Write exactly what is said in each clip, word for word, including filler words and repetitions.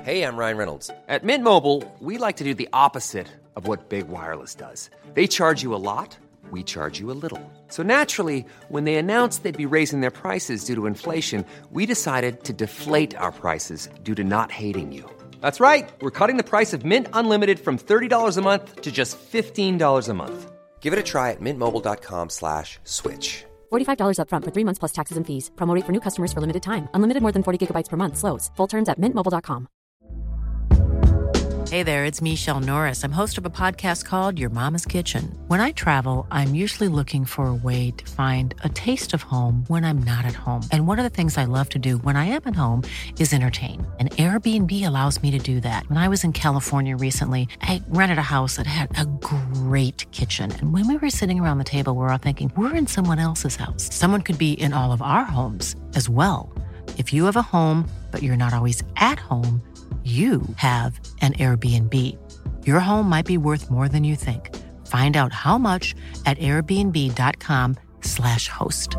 Hey, I'm Ryan Reynolds. At Mint Mobile, we like to do the opposite of what Big Wireless does. They charge you a lot, we charge you a little. So naturally, when they announced they'd be raising their prices due to inflation, we decided to deflate our prices due to not hating you. That's right. We're cutting the price of Mint Unlimited from thirty dollars a month to just fifteen dollars a month. Give it a try at mintmobile.com slash switch. forty-five dollars up front for three months plus taxes and fees. Promo rate for new customers for limited time. Unlimited more than forty gigabytes per month. Slows full terms at mint mobile dot com. Hey there, it's Michelle Norris. I'm host of a podcast called Your Mama's Kitchen. When I travel, I'm usually looking for a way to find a taste of home when I'm not at home. And one of the things I love to do when I am at home is entertain. And Airbnb allows me to do that. When I was in California recently, I rented a house that had a great kitchen. And when we were sitting around the table, we were all thinking, we're in someone else's house. Someone could be in all of our homes as well. If you have a home, but you're not always at home, you have an Airbnb. Your home might be worth more than you think. Find out how much at airbnb.com slash host.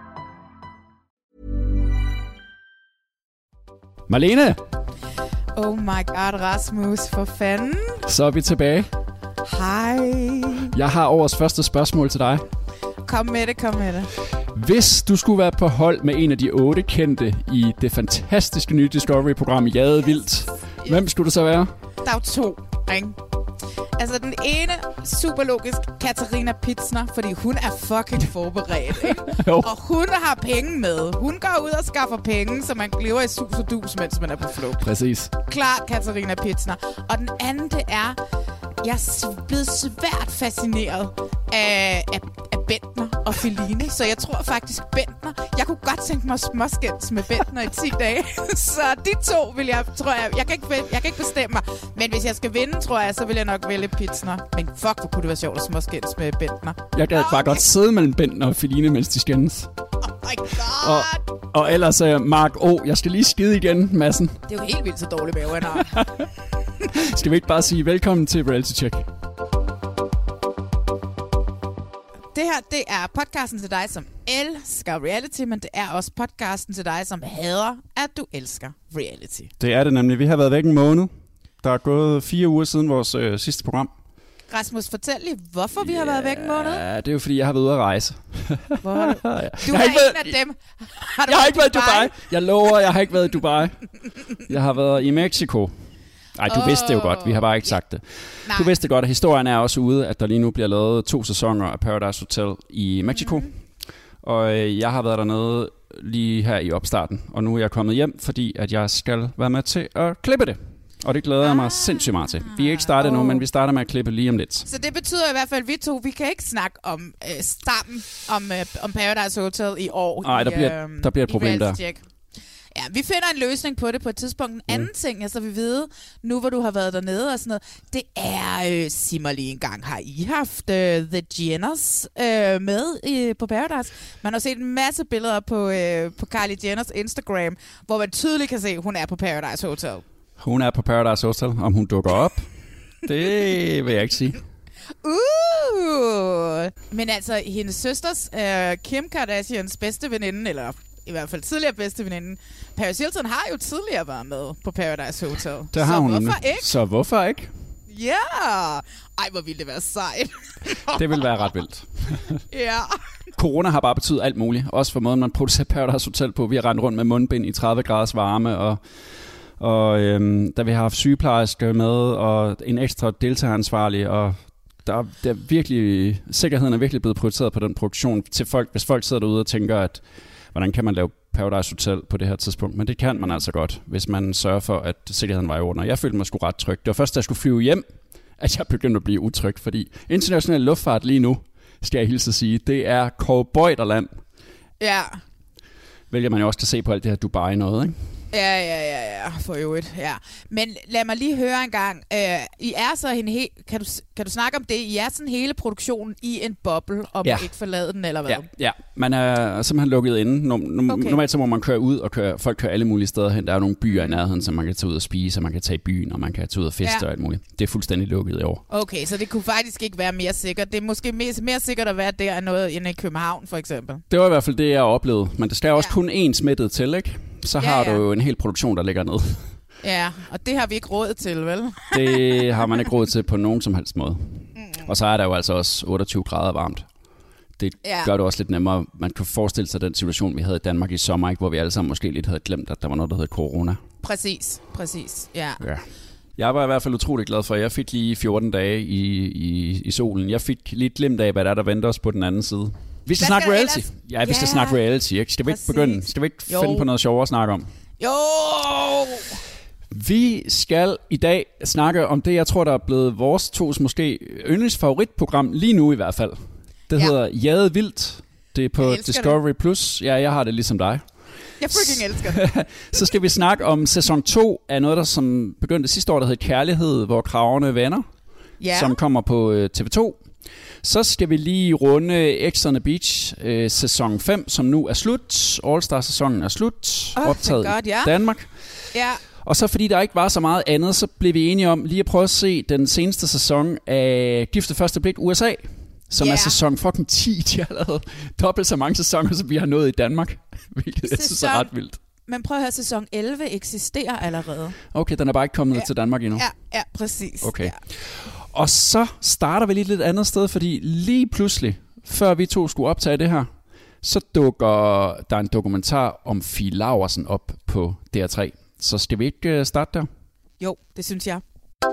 Marlene! Oh my god, Rasmus, for fanden. Så er vi tilbage. Hej. Jeg har årets første spørgsmål til dig. Kom med det, kom med det. Hvis du skulle være på hold med en af de otte kendte i det fantastiske nye Discovery-program Jade Vildt, hvem skulle det så være? Der er jo to, ikke? Altså den ene, super logisk, Katarina Pitzner, fordi hun er fucking forberedt, ikke? Og hun har penge med. Hun går ud og skaffer penge, så man lever i sus og dus, mens man er på flugt. Præcis. Klar, Katarina Pitzner. Og den anden, det er, jeg er blevet svært fascineret af, af, af Bendtner og Feline, så jeg tror faktisk Bendtner. Jeg kunne godt tænke mig småskændes med Bendtner i ti dage. Så de to vil jeg, tror jeg, jeg kan, ikke, jeg kan ikke bestemme mig. Men hvis jeg skal vinde, tror jeg, så vil jeg nok vælge Pitzner. Men fuck, hvor kunne det være sjovt at småskændes med Bendtner. Jeg gad okay. bare godt sidde mellem Bendtner og Feline, mens de skændes. Oh my god! Og, og ellers, uh, Mark O, jeg skal lige skide igen, Madsen. Det er jo helt vildt så dårlig mave, han har. Skal vi ikke bare sige velkommen til Reality Check? Det her, det er podcasten til dig, som elsker reality, men det er også podcasten til dig, som hader, at du elsker reality. Det er det nemlig. Vi har været væk en måned. Der er gået fire uger siden vores øh, sidste program. Rasmus, fortæl lige, hvorfor vi yeah, har været væk en måned? Ja, det er jo fordi, jeg har været ude at rejse. Hvor har du? Du jeg er har en været, af dem. Har du jeg har ikke været i Dubai? Dubai. Jeg lover, jeg har ikke været i Dubai. Jeg har været i Mexico. Nej, du oh. vidste det jo godt. Vi har bare ikke sagt det. Nej. Du vidste godt, at historien er også ude, at der lige nu bliver lavet to sæsoner af Paradise Hotel i Mexico. Mm-hmm. Og øh, jeg har været dernede lige her i opstarten. Og nu er jeg kommet hjem, fordi at jeg skal være med til at klippe det. Og det glæder ah. jeg mig sindssygt meget til. Vi er ikke startet oh. nu, men vi starter med at klippe lige om lidt. Så det betyder i hvert fald, at vi to, vi kan ikke snakke om øh, starten om, øh, om Paradise Hotel i år. Nej, der, bliver, øh, der bliver et problem der. Ja, vi finder en løsning på det på et tidspunkt. En anden mm. ting, jeg så vil vide, nu hvor du har været dernede og sådan noget, det er, øh, sig mig lige en gang, har I haft øh, The Jenners øh, med øh, på Paradise? Man har set en masse billeder på, øh, på Kylie Jenners Instagram, hvor man tydeligt kan se, at hun er på Paradise Hotel. Hun er på Paradise Hotel. Om hun dukker op, det vil jeg ikke sige. Uh! Men altså, hendes søsters, øh, Kim Kardashians bedste veninde, eller i hvert fald tidligere bedste veninde, Paris Hilton har jo tidligere været med på Paradise Hotel. Det har så hun hvorfor nemlig. ikke? Så hvorfor ikke? Ja! Yeah. Ej, hvor ville det være sejt. Det vil være ret vildt. Ja. Corona har bare betydet alt muligt. Også for måden, man producerer Paradise Hotel på. Vi har rendt rundt med mundbind i tredive graders varme, og, og øhm, da vi har haft sygeplejersker med, og en ekstra deltageransvarlig, og der, der er virkelig, sikkerheden er virkelig blevet prioriteret på den produktion til folk, hvis folk sidder derude og tænker, at hvordan kan man lave Paradise Hotel på det her tidspunkt? Men det kan man altså godt, hvis man sørger for, at sikkerheden var i orden. Og jeg følte mig sgu ret tryg. Det var først, da jeg skulle flyve hjem, at jeg begyndte at blive utryg, fordi international luftfart lige nu, skal jeg hilse at sige, det er cowboyderland. Ja. Hvilket man jo også kan se på alt det her Dubai noget, ikke? Ja, ja, ja, ja, for øvrigt, ja. Men lad mig lige høre en gang. Uh, I er så en he- kan, du, kan du snakke om det? I er sådan hele produktionen i en boble, og ja. man ikke forlade den, eller hvad? Ja, ja. Man er simpelthen lukket inde. No- no- okay. Normalt så må man køre ud, og køre, folk kører alle mulige steder hen. Der er jo nogle byer i nærheden, så man kan tage ud og spise, og man kan tage i byen, og man kan tage ud og feste ja. og alt muligt. Det er fuldstændig lukket i år. Okay, så det kunne faktisk ikke være mere sikkert. Det er måske mere, mere sikkert at være der, end noget inde i København, for eksempel. Det var i hvert fald det, jeg oplevede. Men der skal også ja. kun én smittet til, ikke? Så har ja, ja. du jo en hel produktion, der ligger ned. Ja, og det har vi ikke råd til, vel? Det har man ikke råd til på nogen som helst måde. Mm. Og så er der jo altså også otteogtyve grader varmt. Det ja. gør det også lidt nemmere. Man kan forestille sig den situation, vi havde i Danmark i sommer, ikke, hvor vi alle sammen måske lidt havde glemt, at der var noget, der hed corona. Præcis, præcis, ja. ja. Jeg var i hvert fald utrolig glad for, at jeg fik lige fjorten dage i, i, i solen. Jeg fik lige glemt af, hvad der er, der venter os på den anden side. Vi skal snakke reality. Ellers... Ja, vi yeah. skal snakke reality, ikke? Skal vi ikke Præcis. begynde? Skal vi ikke jo. finde på noget sjovere at snakke om? Jo! Vi skal i dag snakke om det, jeg tror, der er blevet vores tos måske yndlingsfavoritprogram, lige nu i hvert fald. Det ja. hedder Jaget Vildt. Det er på Discovery det. Plus. Ja, jeg har det ligesom dig. Jeg freaking elsker det. Så skal vi snakke om sæson to af noget, der som begyndte sidste år, der hedder Kærlighed, hvor kragerne vender, ja. som kommer på T V to. Så skal vi lige runde X on the Beach øh, sæson fem, som nu er slut. All-Star-sæsonen er slut. Oh, optaget God, yeah. i Danmark. Yeah. Og så fordi der ikke var så meget andet, så blev vi enige om lige at prøve at se den seneste sæson af Gift ved første blik U S A, som yeah. er sæson fucking ti. De har lavet dobbelt så mange sæsoner, som vi har nået i Danmark. Hvilket sæson, jeg synes er ret vildt. Men prøv at høre, sæson elleve eksisterer allerede. Okay, den er bare ikke kommet ja. til Danmark endnu. Ja, ja præcis. Okay. Ja. Og så starter vi lige et lidt andet sted, fordi lige pludselig, før vi to skulle optage det her, så dukker der en dokumentar om Fie Laursen op på D R tre. Så skal vi ikke starte der? Jo, det synes jeg.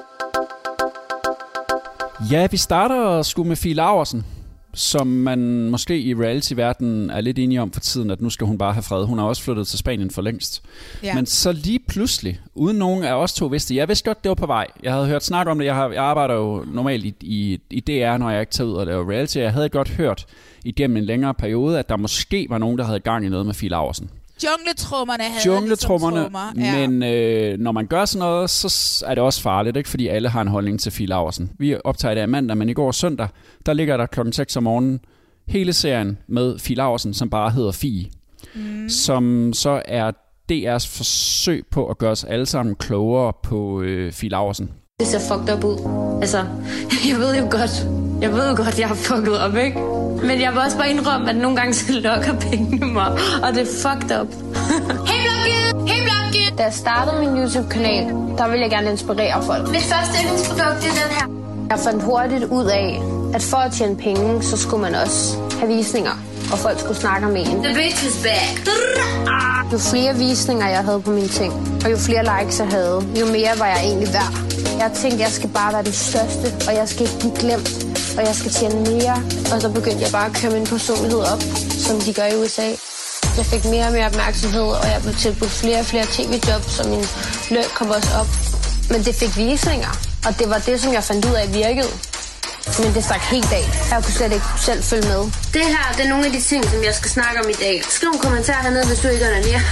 Ja, vi starter sgu med Fie Laursen, som man måske i reality-verdenen er lidt enige om for tiden, at nu skal hun bare have fred. Hun har også flyttet til Spanien for længst. Ja. Men så lige pludselig, uden nogen af os to vidste, jeg vidste godt, det var på vej. Jeg havde hørt snak om det. Jeg, har, jeg arbejder jo normalt i, i, i D R, når jeg ikke tager ud og laver reality. Jeg havde godt hørt igennem en længere periode, at der måske var nogen, der havde gang i noget med Fie Laursen. Jungletrummerne havde Jungletrummerne, ligesom trummer. Ja. Men øh, når man gør sådan noget, så er det også farligt, ikke? Fordi alle har en holdning til Fie Laursen. Vi optager det af mandag, men i går søndag, der ligger der klokken seks om morgenen hele serien med Fie Laursen, som bare hedder Fie. Mm. Som så er D R's forsøg på at gøre os alle sammen klogere på øh, Fie Laursen. Det ser fucked up ud. Altså, jeg ved jo godt, jeg ved jo godt, jeg har fucket op, ikke? Men jeg vil også bare indrømme, at nogle gange så lokker pengene mig, og det er fucked up. Hey Blokket! Hey Blokket! Da jeg startede min YouTube-kanal, der ville jeg gerne inspirere folk. Mit første yndlingsprodukt er den her. Jeg fandt hurtigt ud af, at for at tjene penge, så skulle man også have visninger, og folk skulle snakke med en. The bitch is back. Jo flere visninger jeg havde på mine ting, og jo flere likes jeg havde, jo mere var jeg egentlig værd. Jeg tænkte, jeg skal bare være det største, og jeg skal ikke blive glemt, og jeg skal tjene mere. Og så begyndte jeg bare at køre min personlighed op, som de gør i U S A. Jeg fik mere og mere opmærksomhed, og jeg blev tilbudt flere og flere tv-jobs, og min løn kom også op. Men det fik visninger, og det var det, som jeg fandt ud af virkede. Men det stak helt af. Jeg kunne slet ikke selv følge med. Det her, det er nogle af de ting, som jeg skal snakke om i dag. Skriv en kommentar hernede, hvis du ikke er der.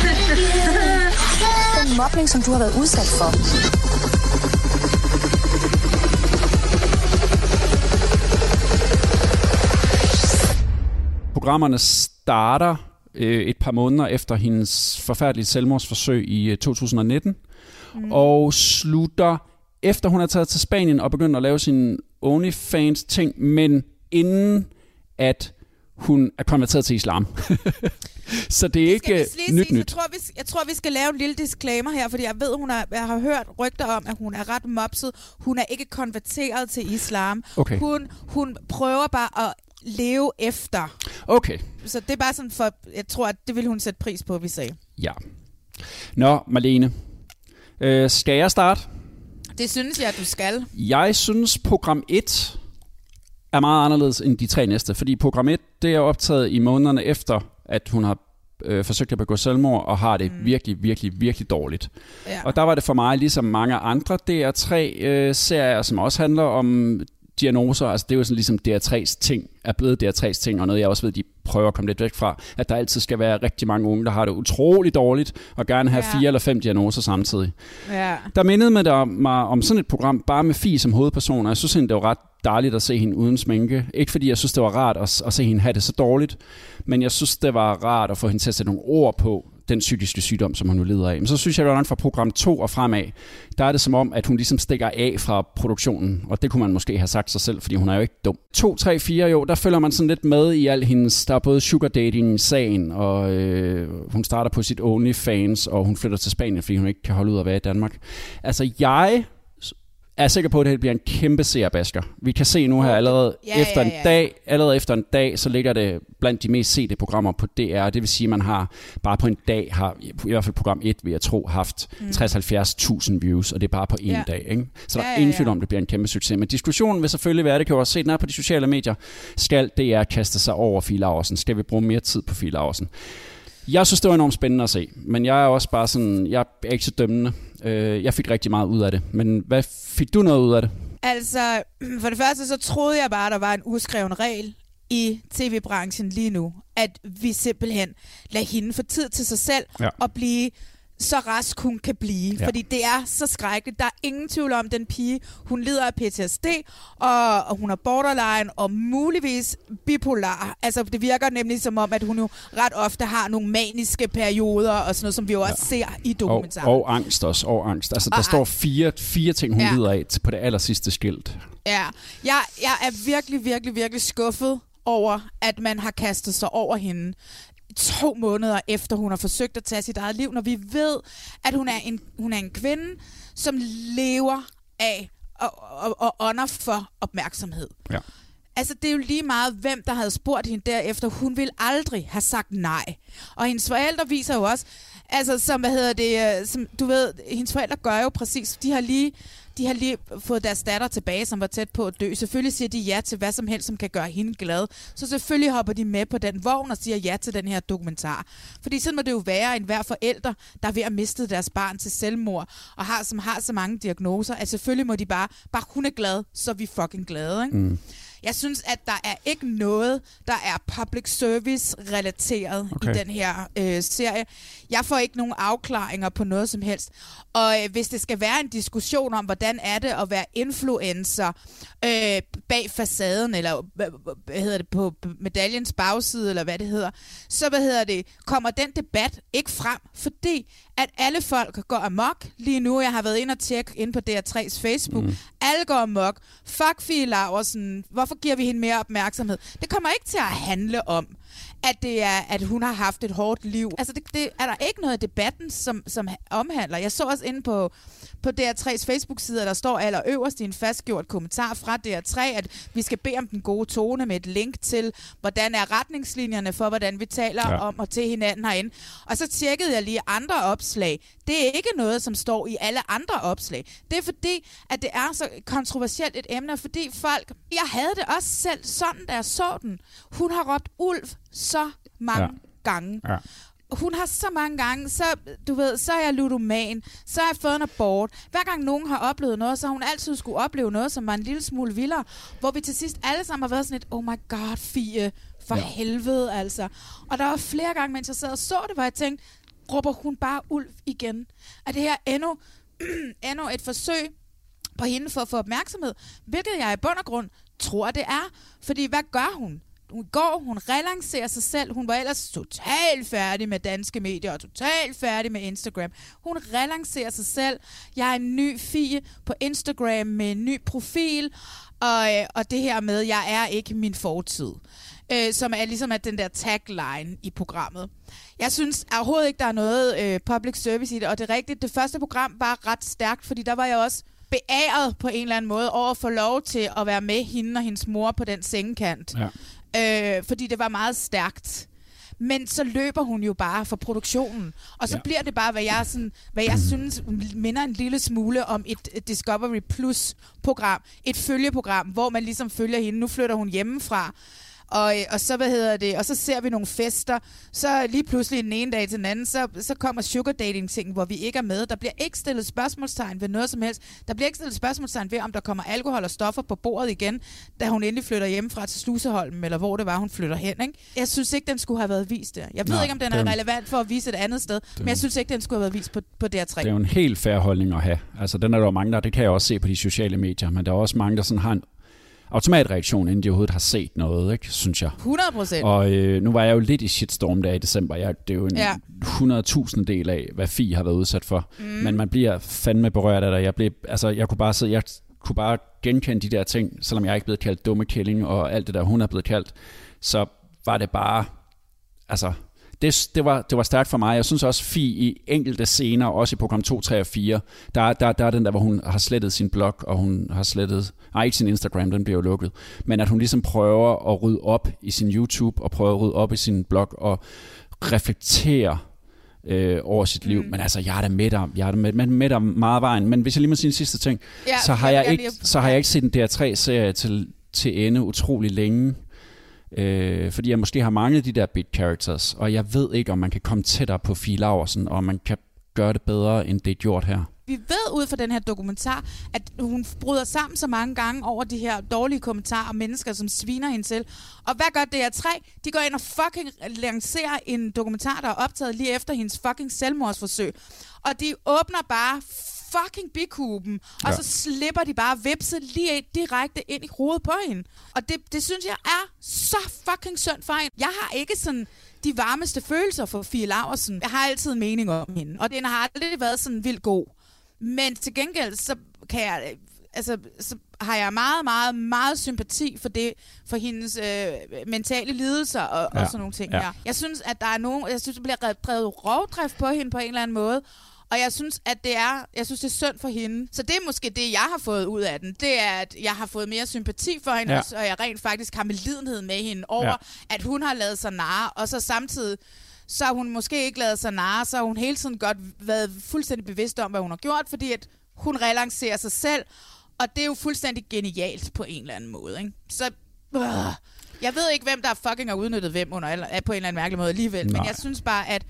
Den mobning, som du har været udsat for. Programmerne starter øh, et par måneder efter hendes forfærdelige selvmordsforsøg i øh, to tusind nitten, mm. og slutter efter hun er taget til Spanien og begynder at lave sin OnlyFans-ting, men inden at hun er konverteret til islam. Så det er ikke nyt sige, nyt. Jeg tror, vi, jeg tror, vi skal lave en lille disclaimer her, fordi jeg ved, hun er, jeg har hørt rygter om, at hun er ret mopset. Hun er ikke konverteret til islam. Okay. Hun, hun prøver bare at leve efter. Okay. Så det er bare sådan for, jeg tror, at det vil hun sætte pris på, vi sagde. Ja. Nå, Marlene. Øh, skal jeg starte? Det synes jeg, at du skal. Jeg synes, program et er meget anderledes end de tre næste, fordi program et, det er optaget i månederne efter, at hun har øh, forsøgt at begå selvmord, og har det mm. virkelig, virkelig, virkelig dårligt. Ja. Og der var det for mig, ligesom mange andre D R tre øh, serier, som også handler om diagnoser. Altså det er jo sådan ligesom D R tre's ting, er blevet D R tre's ting, og noget jeg også ved, de prøver at komme lidt væk fra, at der altid skal være rigtig mange unge, der har det utroligt dårligt, og gerne have ja. fire eller fem diagnoser samtidig. Ja. Der mindede med der, mig om sådan et program, bare med Fie som hovedperson, og jeg synes egentlig, det var ret dejligt at se hende uden sminke. Ikke fordi jeg synes, det var rart at, at se hende have det så dårligt, men jeg synes, det var rart at få hende til at sætte nogle ord på den psykiske sygdom, som hun nu lider af. Men så synes jeg, at fra program to og fremad, der er det som om, at hun ligesom stikker af fra produktionen, og det kunne man måske have sagt sig selv, fordi hun er jo ikke dum. to, tre, fire, jo, der følger man sådan lidt med i al hendes, der er både sugar dating-sagen, og øh, hun starter på sit OnlyFans, og hun flytter til Spanien, fordi hun ikke kan holde ud at være i Danmark. Altså, jeg er sikker på, at det bliver en kæmpe seerbasker. Vi kan se nu her allerede ja, efter ja, ja. en dag, allerede efter en dag, så ligger det blandt de mest sete programmer på D R. Det vil sige, at man har bare på en dag, har i hvert fald program et, vil jeg tro, haft mm. tres til halvfjerds tusind views, og det er bare på en ja. dag. Ikke? Så der ja, ja, er ingen tvivl om, det bliver en kæmpe succes. Men diskussionen vil selvfølgelig være, det kan jo også se, den er på de sociale medier. Skal D R kaste sig over Fie Laursen? Skal vi bruge mere tid på Fie Laursen? Jeg synes, det var enormt spændende at se, men jeg er også bare sådan, jeg er ikke så dømmende. Jeg fik rigtig meget ud af det, men hvad fik du noget ud af det? Altså, for det første så troede jeg bare, at der var en uskreven regel i tv-branchen lige nu, at vi simpelthen lader hende få tid til sig selv ja. og blive så rask hun kan blive. Ja. Fordi det er så skrækkeligt. Der er ingen tvivl om, den pige, hun lider af P T S D, og, og hun er borderline, og muligvis bipolar. Altså, det virker nemlig som om, at hun jo ret ofte har nogle maniske perioder, og sådan noget, som vi jo også ja. ser i dokumentaren. Og, og angst også, og angst. Altså, og der står fire, fire ting, hun ja. lider af på det aller sidste skilt. Ja, jeg, jeg er virkelig, virkelig, virkelig skuffet over, at man har kastet sig over hende to måneder efter, hun har forsøgt at tage sit eget liv, når vi ved, at hun er en, hun er en kvinde, som lever af og, og, og ånder for opmærksomhed. Ja. Altså, det er jo lige meget, hvem der havde spurgt hende derefter. Hun ville aldrig have sagt nej. Og hendes forældre viser jo også, altså, som, hvad hedder det, som, du ved, hendes forældre gør jo præcis, de har lige De har lige fået deres datter tilbage, som var tæt på at dø. Selvfølgelig siger de ja til hvad som helst, som kan gøre hende glad. Så selvfølgelig hopper de med på den vogn og siger ja til den her dokumentar. Fordi sådan må det jo være en hver forælder, der er ved at miste deres barn til selvmord, og har, som har så mange diagnoser, at selvfølgelig må de bare, bare hun er glad, så er vi fucking glade, ikke? Mm. Jeg synes, at der er ikke noget, der er public service-relateret okay. i den her øh, serie. Jeg får ikke nogen afklaringer på noget som helst. Og øh, hvis det skal være en diskussion om, hvordan er det at være influencer øh, bag facaden, eller hvad hedder det, på medaljens bagside, eller hvad det hedder, så hvad hedder det, kommer den debat ikke frem, fordi at alle folk går amok lige nu. Jeg har været ind og tjekke ind på D R tre's Facebook. Mm. Alle går amok. Fuck Fie Laursen. Hvorfor giver vi hende mere opmærksomhed? Det kommer ikke til at handle om, at det er, at hun har haft et hårdt liv. Altså, det, det er der ikke noget i debatten, som, som omhandler. Jeg så også inde på, på D R tre's Facebook-side, der står allerøverst i en fastgjort kommentar fra D R tre, at vi skal bede om den gode tone med et link til, hvordan er retningslinjerne for, hvordan vi taler ja. om og til hinanden herinde. Og så tjekkede jeg lige andre opslag. Det er ikke noget, som står i alle andre opslag. Det er fordi, at det er så kontroversielt et emne, fordi folk... Jeg havde det også selv sådan, da jeg så den. Hun har råbt ulv så mange ja. gange. Ja. Hun har så mange gange, så, du ved, så er jeg ludoman, så har jeg fået en abort. Hver gang nogen har oplevet noget, så har hun altid skulle opleve noget, som var en lille smule vildere. Hvor vi til sidst alle sammen har været sådan et, oh my god, Fie, for ja. helvede altså. Og der var flere gange, mens jeg sad og så det, hvor jeg tænkte, råber hun bare ulv igen? Er det her endnu, endnu et forsøg på hende for at få opmærksomhed? Hvilket jeg i bund og grund tror, det er. Fordi hvad gør hun? Hun går, hun relancerer sig selv. Hun var ellers totalt færdig med danske medier og totalt færdig med Instagram. Hun relancerer sig selv. Jeg er en ny Fie på Instagram med en ny profil. Og, og det her med, jeg er ikke min fortid. Øh, som er ligesom at den der tagline i programmet. Jeg synes overhovedet ikke, der er noget øh, public service i det. Og det er rigtigt, det første program var ret stærkt, fordi der var jeg også beæret på en eller anden måde over at få lov til at være med hende og hendes mor på den sengekant. Ja. Øh, fordi det var meget stærkt. Men så løber hun jo bare for produktionen. Og så ja. bliver det bare, hvad jeg, sådan, hvad jeg synes minder en lille smule om et, et Discovery Plus-program. Et følgeprogram, hvor man ligesom følger hende. Nu flytter hun hjemmefra. Og, og så hvad hedder det, og så ser vi nogle fester, så lige pludselig den ene dag til den anden, så, så kommer sugar dating ting, hvor vi ikke er med. Der bliver ikke stillet spørgsmålstegn ved noget som helst. Der bliver ikke stillet spørgsmålstegn ved, om der kommer alkohol og stoffer på bordet igen, da hun endelig flytter hjemmefra til Sluseholm, eller hvor det var, hun flytter hen, ikke? Jeg synes ikke, den skulle have været vist der. Jeg ved Nej, ikke, om den er den, relevant for at vise et andet sted, den, men jeg synes ikke, den skulle have været vist på, på D R tre. Det er jo en helt fair holdning at have. Altså, den er der jo mange, der, det kan jeg også se på de sociale medier, men der er også mange, der sådan har en automatreaktion, inden de overhovedet har set noget, ikke, synes jeg. hundrede procent. Og øh, nu var jeg jo lidt i shitstorm der i december. Jeg, det er jo en ja. hundrede tusind del af, hvad Fie har været udsat for. Mm. Men man bliver fandme berørt af det. Jeg, blev, altså, jeg kunne bare sidde, jeg kunne bare genkende de der ting, selvom jeg ikke er blevet kaldt dumme killing og alt det der, hun er blevet kaldt. Så var det bare... Altså... Det, det, var, det var stærkt for mig. Jeg synes også, Fie i enkelte scener, også i program to, tre og fire, der, der, der er den der, hvor hun har slettet sin blog, og hun har slettet, nej ikke sin Instagram, den bliver jo lukket, men at hun ligesom prøver at rydde op i sin YouTube, og prøver at rydde op i sin blog, og reflektere øh, over sit liv. Mm. Men altså, jeg er da med dig, jeg er da med, med dig meget vejen. Men hvis jeg lige må sige en sidste ting, ja, så, har jeg, jeg ikke, lige... så har jeg ikke set en D R tre-serie til, til ende utrolig længe. Øh, fordi jeg måske har mange af de der big characters, og jeg ved ikke, om man kan komme tættere på Fie Laursen, og man kan gøre det bedre, end det er gjort her. Vi ved ud fra den her dokumentar, at hun bryder sammen så mange gange over de her dårlige kommentarer og mennesker, som sviner hende til. Og hvad gør D R tre? De går ind og fucking lancerer en dokumentar, der er optaget lige efter hendes fucking selvmordsforsøg. Og de åbner bare fucking bikuben, og ja. så slipper de bare vipset lige direkte ind i hovedet på hende. Og det, det synes jeg er så fucking synd for hende. Jeg har ikke sådan de varmeste følelser for Fie Laursen. Jeg har altid en mening om hende, og den har aldrig været sådan vildt god. Men til gengæld, så kan jeg... Altså, så har jeg meget, meget, meget sympati for det, for hendes øh, mentale lidelser og, ja. og sådan nogle ting ja. her. Jeg synes, at der er nogen... Jeg synes, der bliver drevet rovdrift på hende på en eller anden måde. Og jeg synes, at det er, jeg synes, det er synd for hende. Så det er måske det, jeg har fået ud af den. Det er, at jeg har fået mere sympati for hende, ja. og jeg rent faktisk har medlidenhed med hende over, ja. at hun har lavet sig narre. Og så samtidig, så har hun måske ikke lavet sig narre, så har hun hele tiden godt været fuldstændig bevidst om, hvad hun har gjort, fordi at hun relancerer sig selv. Og det er jo fuldstændig genialt på en eller anden måde. Ikke? Så øh, jeg ved ikke, hvem der fucking har udnyttet hvem under, eller, på en eller anden mærkelig måde alligevel. Nej. Men jeg synes bare, at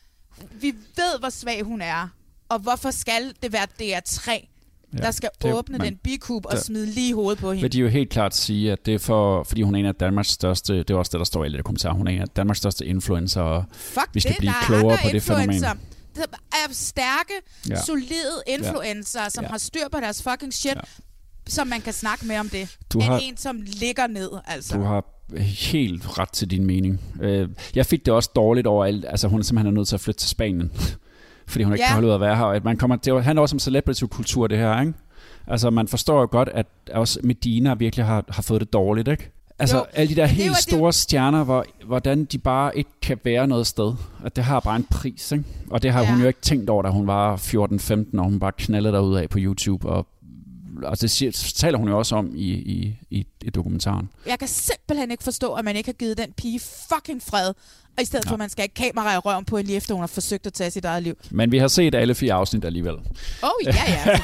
vi ved, hvor svag hun er, og hvorfor skal det være D R tre, ja, der skal det, åbne man, den bikub og smide lige i hovedet på hende? Vil de jo helt klart sige, at det er for, fordi hun er en af Danmarks største, det er også det, der står i alle kommentarer, hun er en af Danmarks største influencer, og Fuck vi skal det, blive klogere på det fænomen. Det er stærke, ja. solide influencer, ja. som ja. har styr på deres fucking shit, ja. som man kan snakke med om det, du end har, en, som ligger ned. Altså. Du har helt ret til din mening. Jeg fik det også dårligt over alt. Altså hun er simpelthen nødt til at flytte til Spanien, fordi hun ikke ja. kan holde ud at være her. At man kommer, det handler også om celebrity-kultur, det her, ikke? Altså man forstår jo godt, at også Medina virkelig har, har fået det dårligt, ikke? Altså jo. alle de der helt det store det... stjerner, hvor, hvordan de bare ikke kan være noget sted. At det har bare en pris, ikke? Og det har ja. hun jo ikke tænkt over, da hun var fjorten femten, og hun bare knaldede derudad på YouTube, og altså, det siger, taler hun jo også om i, i, i, i dokumentaren. Jeg kan simpelthen ikke forstå, at man ikke har givet den pige fucking fred, og i stedet ja. for, at man skal have kamera i røven på hende lige efter, hun har forsøgt at tage sit eget liv. Men vi har set alle fire afsnit alligevel. Åh, oh, ja, ja.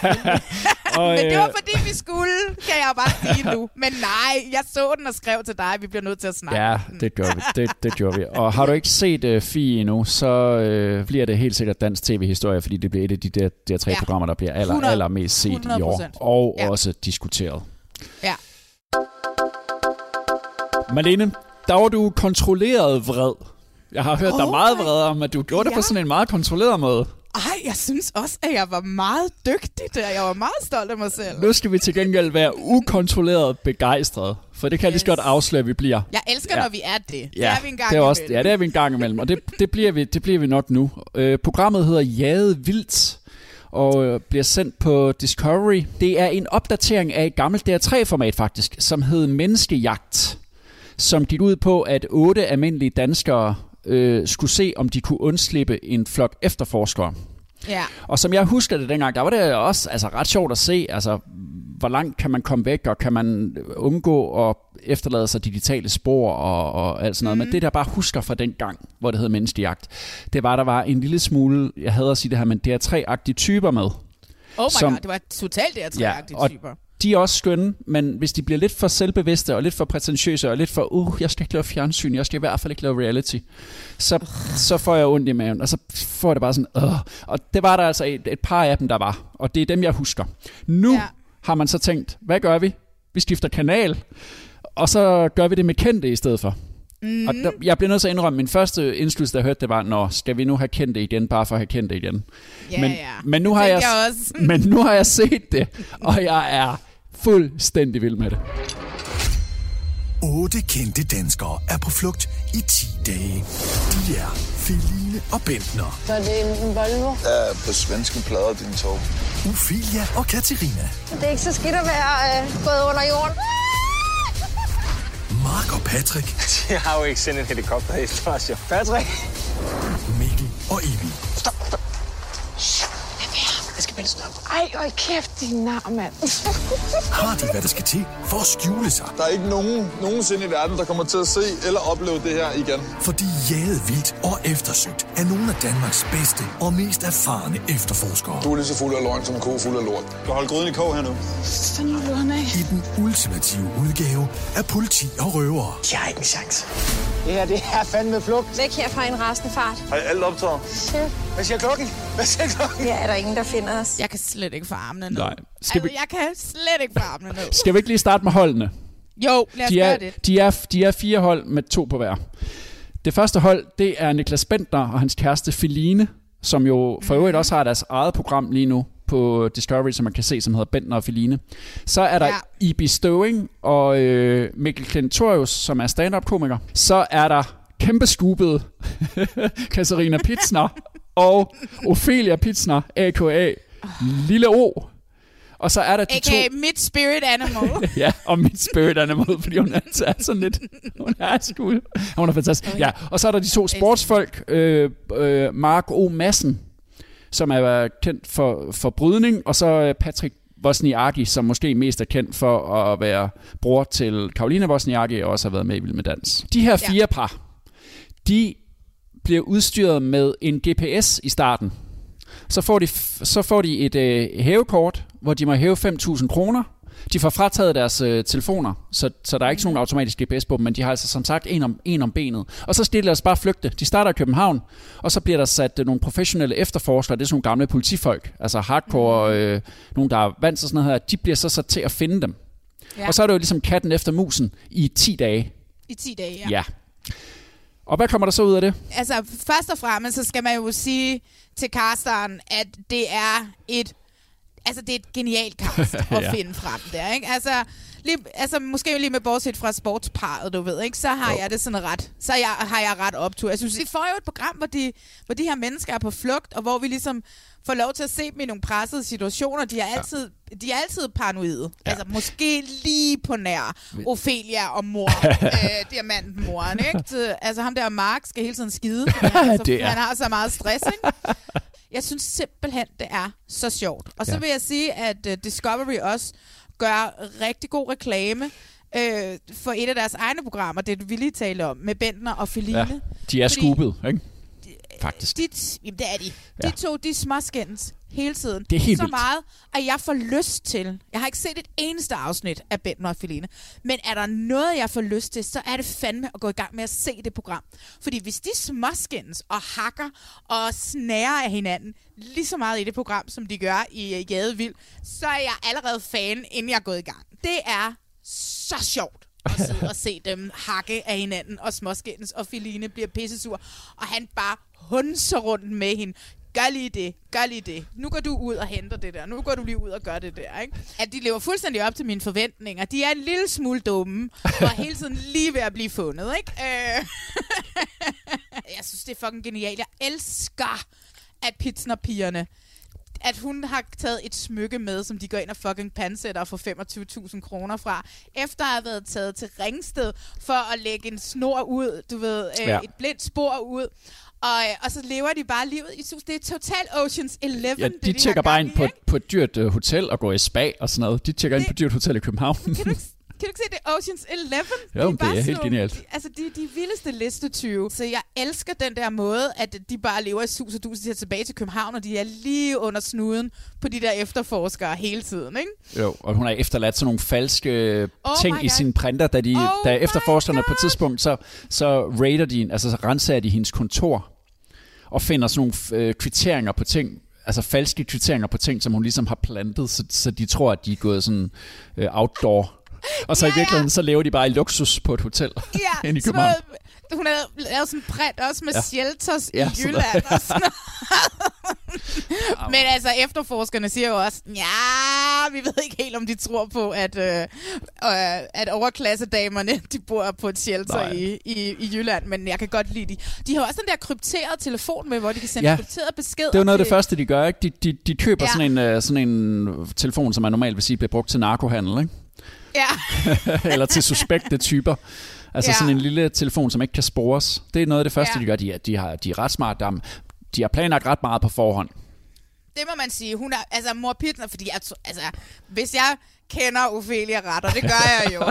og, Men det var fordi, vi skulle, kan jeg bare sige nu. Men nej, jeg så den og skrev til dig, vi bliver nødt til at snakke. Ja, det gør vi. Det, det gjorde vi. Og har du ikke set uh, Fie endnu, så uh, bliver det helt sikkert dansk tv-historie, fordi det bliver et af de der, der tre ja. programmer, der bliver aller, aller mest set hundrede procent i år. Og ja. også diskuteret. Ja. Malene, der var du kontrolleret vred. Jeg har hørt oh dig meget vred om, at du gjorde ja. det på sådan en meget kontrolleret måde. Ej, jeg synes også, at jeg var meget dygtig der. Jeg var meget stolt af mig selv. Nu skal vi til gengæld være ukontrolleret begejstrede. For det kan yes. lige så godt afsløre, at vi bliver. Jeg elsker, ja. når vi er det. Det ja, er vi en gang det er også, ja, det er vi en gang imellem. Og det, det, bliver, vi, det bliver vi nok nu. Øh, programmet hedder Jaget Vildt og øh, bliver sendt på Discovery. Det er en opdatering af et gammelt D R tre-format faktisk, som hed Menneskejagt, som gik ud på, at otte almindelige danskere øh, skulle se, om de kunne undslippe en flok efterforskere. Ja. Og som jeg husker det dengang, der var det også altså, ret sjovt at se, altså, hvor langt kan man komme væk, og kan man undgå at efterlade sig digitale spor og, og alt sådan noget. Mm. Men det, der bare husker fra den gang, hvor det hed Menneskejagt, det var, der var en lille smule, jeg hader at sige det her, men D R tre-agtige typer med. Oh my som, god, det var totalt D R tre-agtige ja, typer. De er også skønne, men hvis de bliver lidt for selvbevidste og lidt for prætentiøse og lidt for, uh, jeg skal ikke lave fjernsyn, jeg skal i hvert fald ikke lave reality, så, så får jeg ondt i maven, og så får det bare sådan, uh. Og det var der altså et, et par af dem, der var, og det er dem, jeg husker. Nu ja. har man så tænkt, hvad gør vi? Vi skifter kanal, og så gør vi det med kendte i stedet for. Mm. Og der, jeg bliver nødt til at indrømme, min første indslutning, der jeg hørte, det var, nå, skal vi nu have kendt det igen, bare for at have kendt det igen. Yeah, men, yeah. Men, nu har jeg, jeg men nu har jeg set det, og jeg er fuldstændig vild med det. Otte kendte danskere er på flugt i ti dage. De er Feline og Bentner. Så er det en Volvo? Ja, på svenske plader, din tog. Ophelia og Katarina. Det er ikke så skidt at være øh, gået under jorden. Mark og Patrick. Jeg har jo ikke sendt en helikopter i Østersjø. Patrick! Mikkel og Emil. Stop, stop. Jeg skal bælge op. Ej, øj, kæft, din nar, mand. Har de, hvad der skal til for at skjule sig? Der er ikke nogen nogensinde i verden, der kommer til at se eller opleve det her igen. For de er jaget vildt og eftersøgt af nogle af Danmarks bedste og mest erfarne efterforskere. Du er lige så fuld af løgn som en ko fuld af lort. Du kan holde gryden i kog her nu. Sådan må du have af. I den ultimative udgave af Politi og Røvere. Jeg har ikke en chance. Det her, det er fandme flugt. Væk herfra i en rasende fart. Har I alt optaget? Shit. Hvad siger klokken? Hvad siger klokken? Ja, er der ingen, der finder os. Jeg kan slet ikke få armene ned. Nej. Skal vi... Altså, jeg kan slet ikke få armene ned. Skal vi ikke lige starte med holdene? Jo, lad os de er, gøre det. De er, de er fire hold med to på hver. Det første hold, det er Niklas Bentner og hans kæreste Feline, som jo for øvrigt også har deres eget program lige nu på Discovery, som man kan se, som hedder Bentner og Feline. Så er der ja. Ibi Støving og øh, Mikkel Klintorius, som er stand-up-komiker. Så er der kæmpe scoopet Katarina Pitsner og Ophelia Pitsner, a k a. Lille O. Og så er der de A K A to... mit spirit animal. Ja, og mit spirit animal, fordi hun er, er sådan lidt... Hun er sgu... Hun er fantastisk. Ja, og så er der de to sportsfolk, øh, øh, Mark O. Madsen, som er kendt for, for brydning, og så Patrick Wozniacki, som måske mest er kendt for at være bror til Karoline Wozniacki, og også har været med i Vild med Dans. De her fire ja. par, de bliver udstyret med en G P S i starten. Så får de, så får de et øh, hævekort, hvor de må hæve fem tusind kroner. De får frataget deres øh, telefoner, så, så der er ikke sådan nogen automatisk G P S på dem, men de har altså som sagt en om, en om benet. Og så stiller de bare flygte. De starter i København, og så bliver der sat øh, nogle professionelle efterforskere, det er sådan nogle gamle politifolk, altså hardcore, øh, nogen der er vant til sådan noget her, de bliver så sat til at finde dem. Ja. Og så er det jo ligesom katten efter musen i ti dage. I ti dage, ja. Ja. Og hvad kommer der så ud af det? Altså, først og fremmest, så skal man jo sige til casteren, at det er et, altså, det er et genialt cast at ja. finde frem der, ikke? Altså, lige, altså, måske lige med bortset fra sportsparret, du ved, ikke? Så har jo. jeg det sådan ret, så jeg, har jeg ret optur. Jeg synes, vi får jo et program, hvor de, hvor de her mennesker er på flugt, og hvor vi ligesom får lov til at se dem i nogle pressede situationer. De er altid, ja. de er altid paranoide. Ja. Altså, måske lige på nær Ophelia og mor, øh, diamanten moren, ikke? Så, altså, ham der Mark skal hele tiden skide. Altså, det er. Han har så meget stress, ikke? Jeg synes simpelthen, det er så sjovt. Og så ja. vil jeg sige, at uh, Discovery også gør rigtig god reklame øh, for et af deres egne programmer, det vi lige talte om, med Bentner og Feline. Ja, de er scoopet, ikke? Faktisk. De, jamen, det er de. Ja. De to, de småskændes hele tiden. Det er helt så vildt. meget, at jeg får lyst til. Jeg har ikke set et eneste afsnit af Bentner og Feline. Men er der noget, jeg får lyst til, så er det fandme at gå i gang med at se det program. Fordi hvis de småskændes og hakker og snærer af hinanden lige så meget i det program, som de gør i uh, Jade Vild, så er jeg allerede fan, inden jeg er gået i gang. Det er så sjovt at sidde og se dem hakke af hinanden og småskændes, og Feline bliver pissesur, og han bare hunser rundt med hende. Gør lige det, gør lige det. Nu går du ud og henter det der. Nu går du lige ud og gør det der, ikke? At de lever fuldstændig op til mine forventninger. De er en lille smule dumme, og hele tiden lige ved at blive fundet, ikke? Øh. Jeg synes, det er fucking genialt. Jeg elsker, at Pitsner-pigerne, at hun har taget et smykke med, som de går ind og fucking pansætter for femogtyve tusind kroner fra, efter at have været taget til Ringsted for at lægge en snor ud, du ved, øh, ja. et blindt spor ud. Og, og så lever de bare livet i sus. Det er total Ocean's Eleven. Ja, de, de tjekker bare ind på, på et dyrt uh, hotel og går i spa og sådan noget. De tjekker det, ind på et dyrt hotel i København. Kan du, kan du ikke se, det er Ocean's Eleven? Jo, de er, det bare er helt genialt. De, altså, de er de vildeste listetyve. Så jeg elsker den der måde, at de bare lever i sus og dus. De er tilbage til København, og de er lige under snuden på de der efterforskere hele tiden, ikke? Jo, og hun har efterladt sådan nogle falske oh ting i sin printer, da, de, oh da efterforskerne på et tidspunkt, så, så raider de, altså så renser de hendes kontor og finder sådan nogle øh, kvitteringer på ting, altså falske kvitteringer på ting, som hun ligesom har plantet, så, så de tror, at de er gået sådan øh, outdoor. Og så ja, i virkeligheden, ja. så lever de bare i luksus på et hotel ja, inde i København. Så, hun havde lavet sådan en print også med ja. shelters ja, i Jylland og sådan noget. Men altså, efterforskerne siger jo også, ja, vi ved ikke helt, om de tror på, at, øh, øh, at overklassedamerne, de bor på et shelter i, i, i Jylland, men jeg kan godt lide de. De har også den der krypterede telefon med, hvor de kan sende ja. krypterede beskeder. Det er jo noget af til... det første, de gør, ikke? De, de, de køber ja. sådan, en, uh, sådan en telefon, som man normalt vil sige bliver brugt til narkohandel, ikke? Ja. Eller til suspekte typer. Altså ja. sådan en lille telefon, som ikke kan spores. Det er noget af det første, ja. de gør. De er, de, har, de er ret smart. De, de har planlagt ret meget på forhånd. Det må man sige. Hun er, altså mor Pitsner, fordi jeg, altså, hvis jeg kender Ophelia ret, og det gør jeg jo,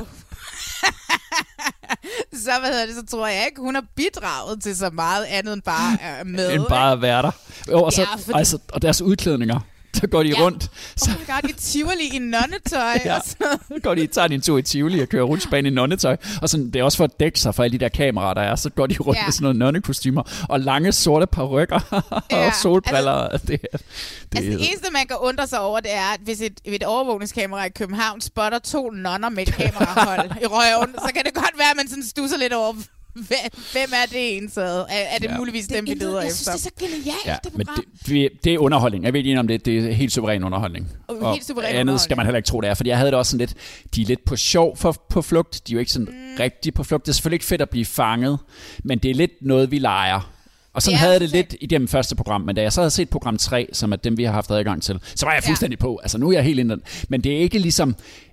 så, hvad hedder det, så tror jeg ikke, hun har bidraget til så meget andet end bare uh, med. End bare at være der. Jo, og, så, ja, fordi... altså, og deres udklædninger. Så går de ja. rundt. Så... Oh my god, i Tivoli i nonnetøj. Ja, så går de, tager de en tur i Tivoli og kører rutsjebane i nonnetøj. Og sådan, det er også for at dække sig for alle de der kameraer, der er. Så går de rundt ja. med sådan noget nonnekostymer og lange sorte parykker ja. og solbriller. Altså, det, det, altså det eneste, man kan undre sig over, det er, at hvis et, et overvågningskamera i København spotter to nonner med et kamerahold i røven, så kan det godt være, at man sådan stusser lidt over... Hvem er det ensad? Er, er det ja. muligvis dem, vi leder jeg efter? Jeg synes, det er så genialt, ja, det program. Men det, det er underholdning. Jeg ved ikke om det, det er helt suveræn underholdning. Og helt suveræn andet underholdning. Skal man heller ikke tro, det er. Fordi jeg havde det også sådan lidt, de er lidt på sjov for, på flugt. De er jo ikke sådan mm. rigtig på flugt. Det er selvfølgelig ikke fedt at blive fanget, men det er lidt noget, vi leger. Og sådan havde jeg det lidt igennem første program, men da jeg så havde set program tre, som er dem, vi har haft adgang til, så var jeg fuldstændig ja. på. Altså nu er jeg helt inden. Men det er ikke ligesom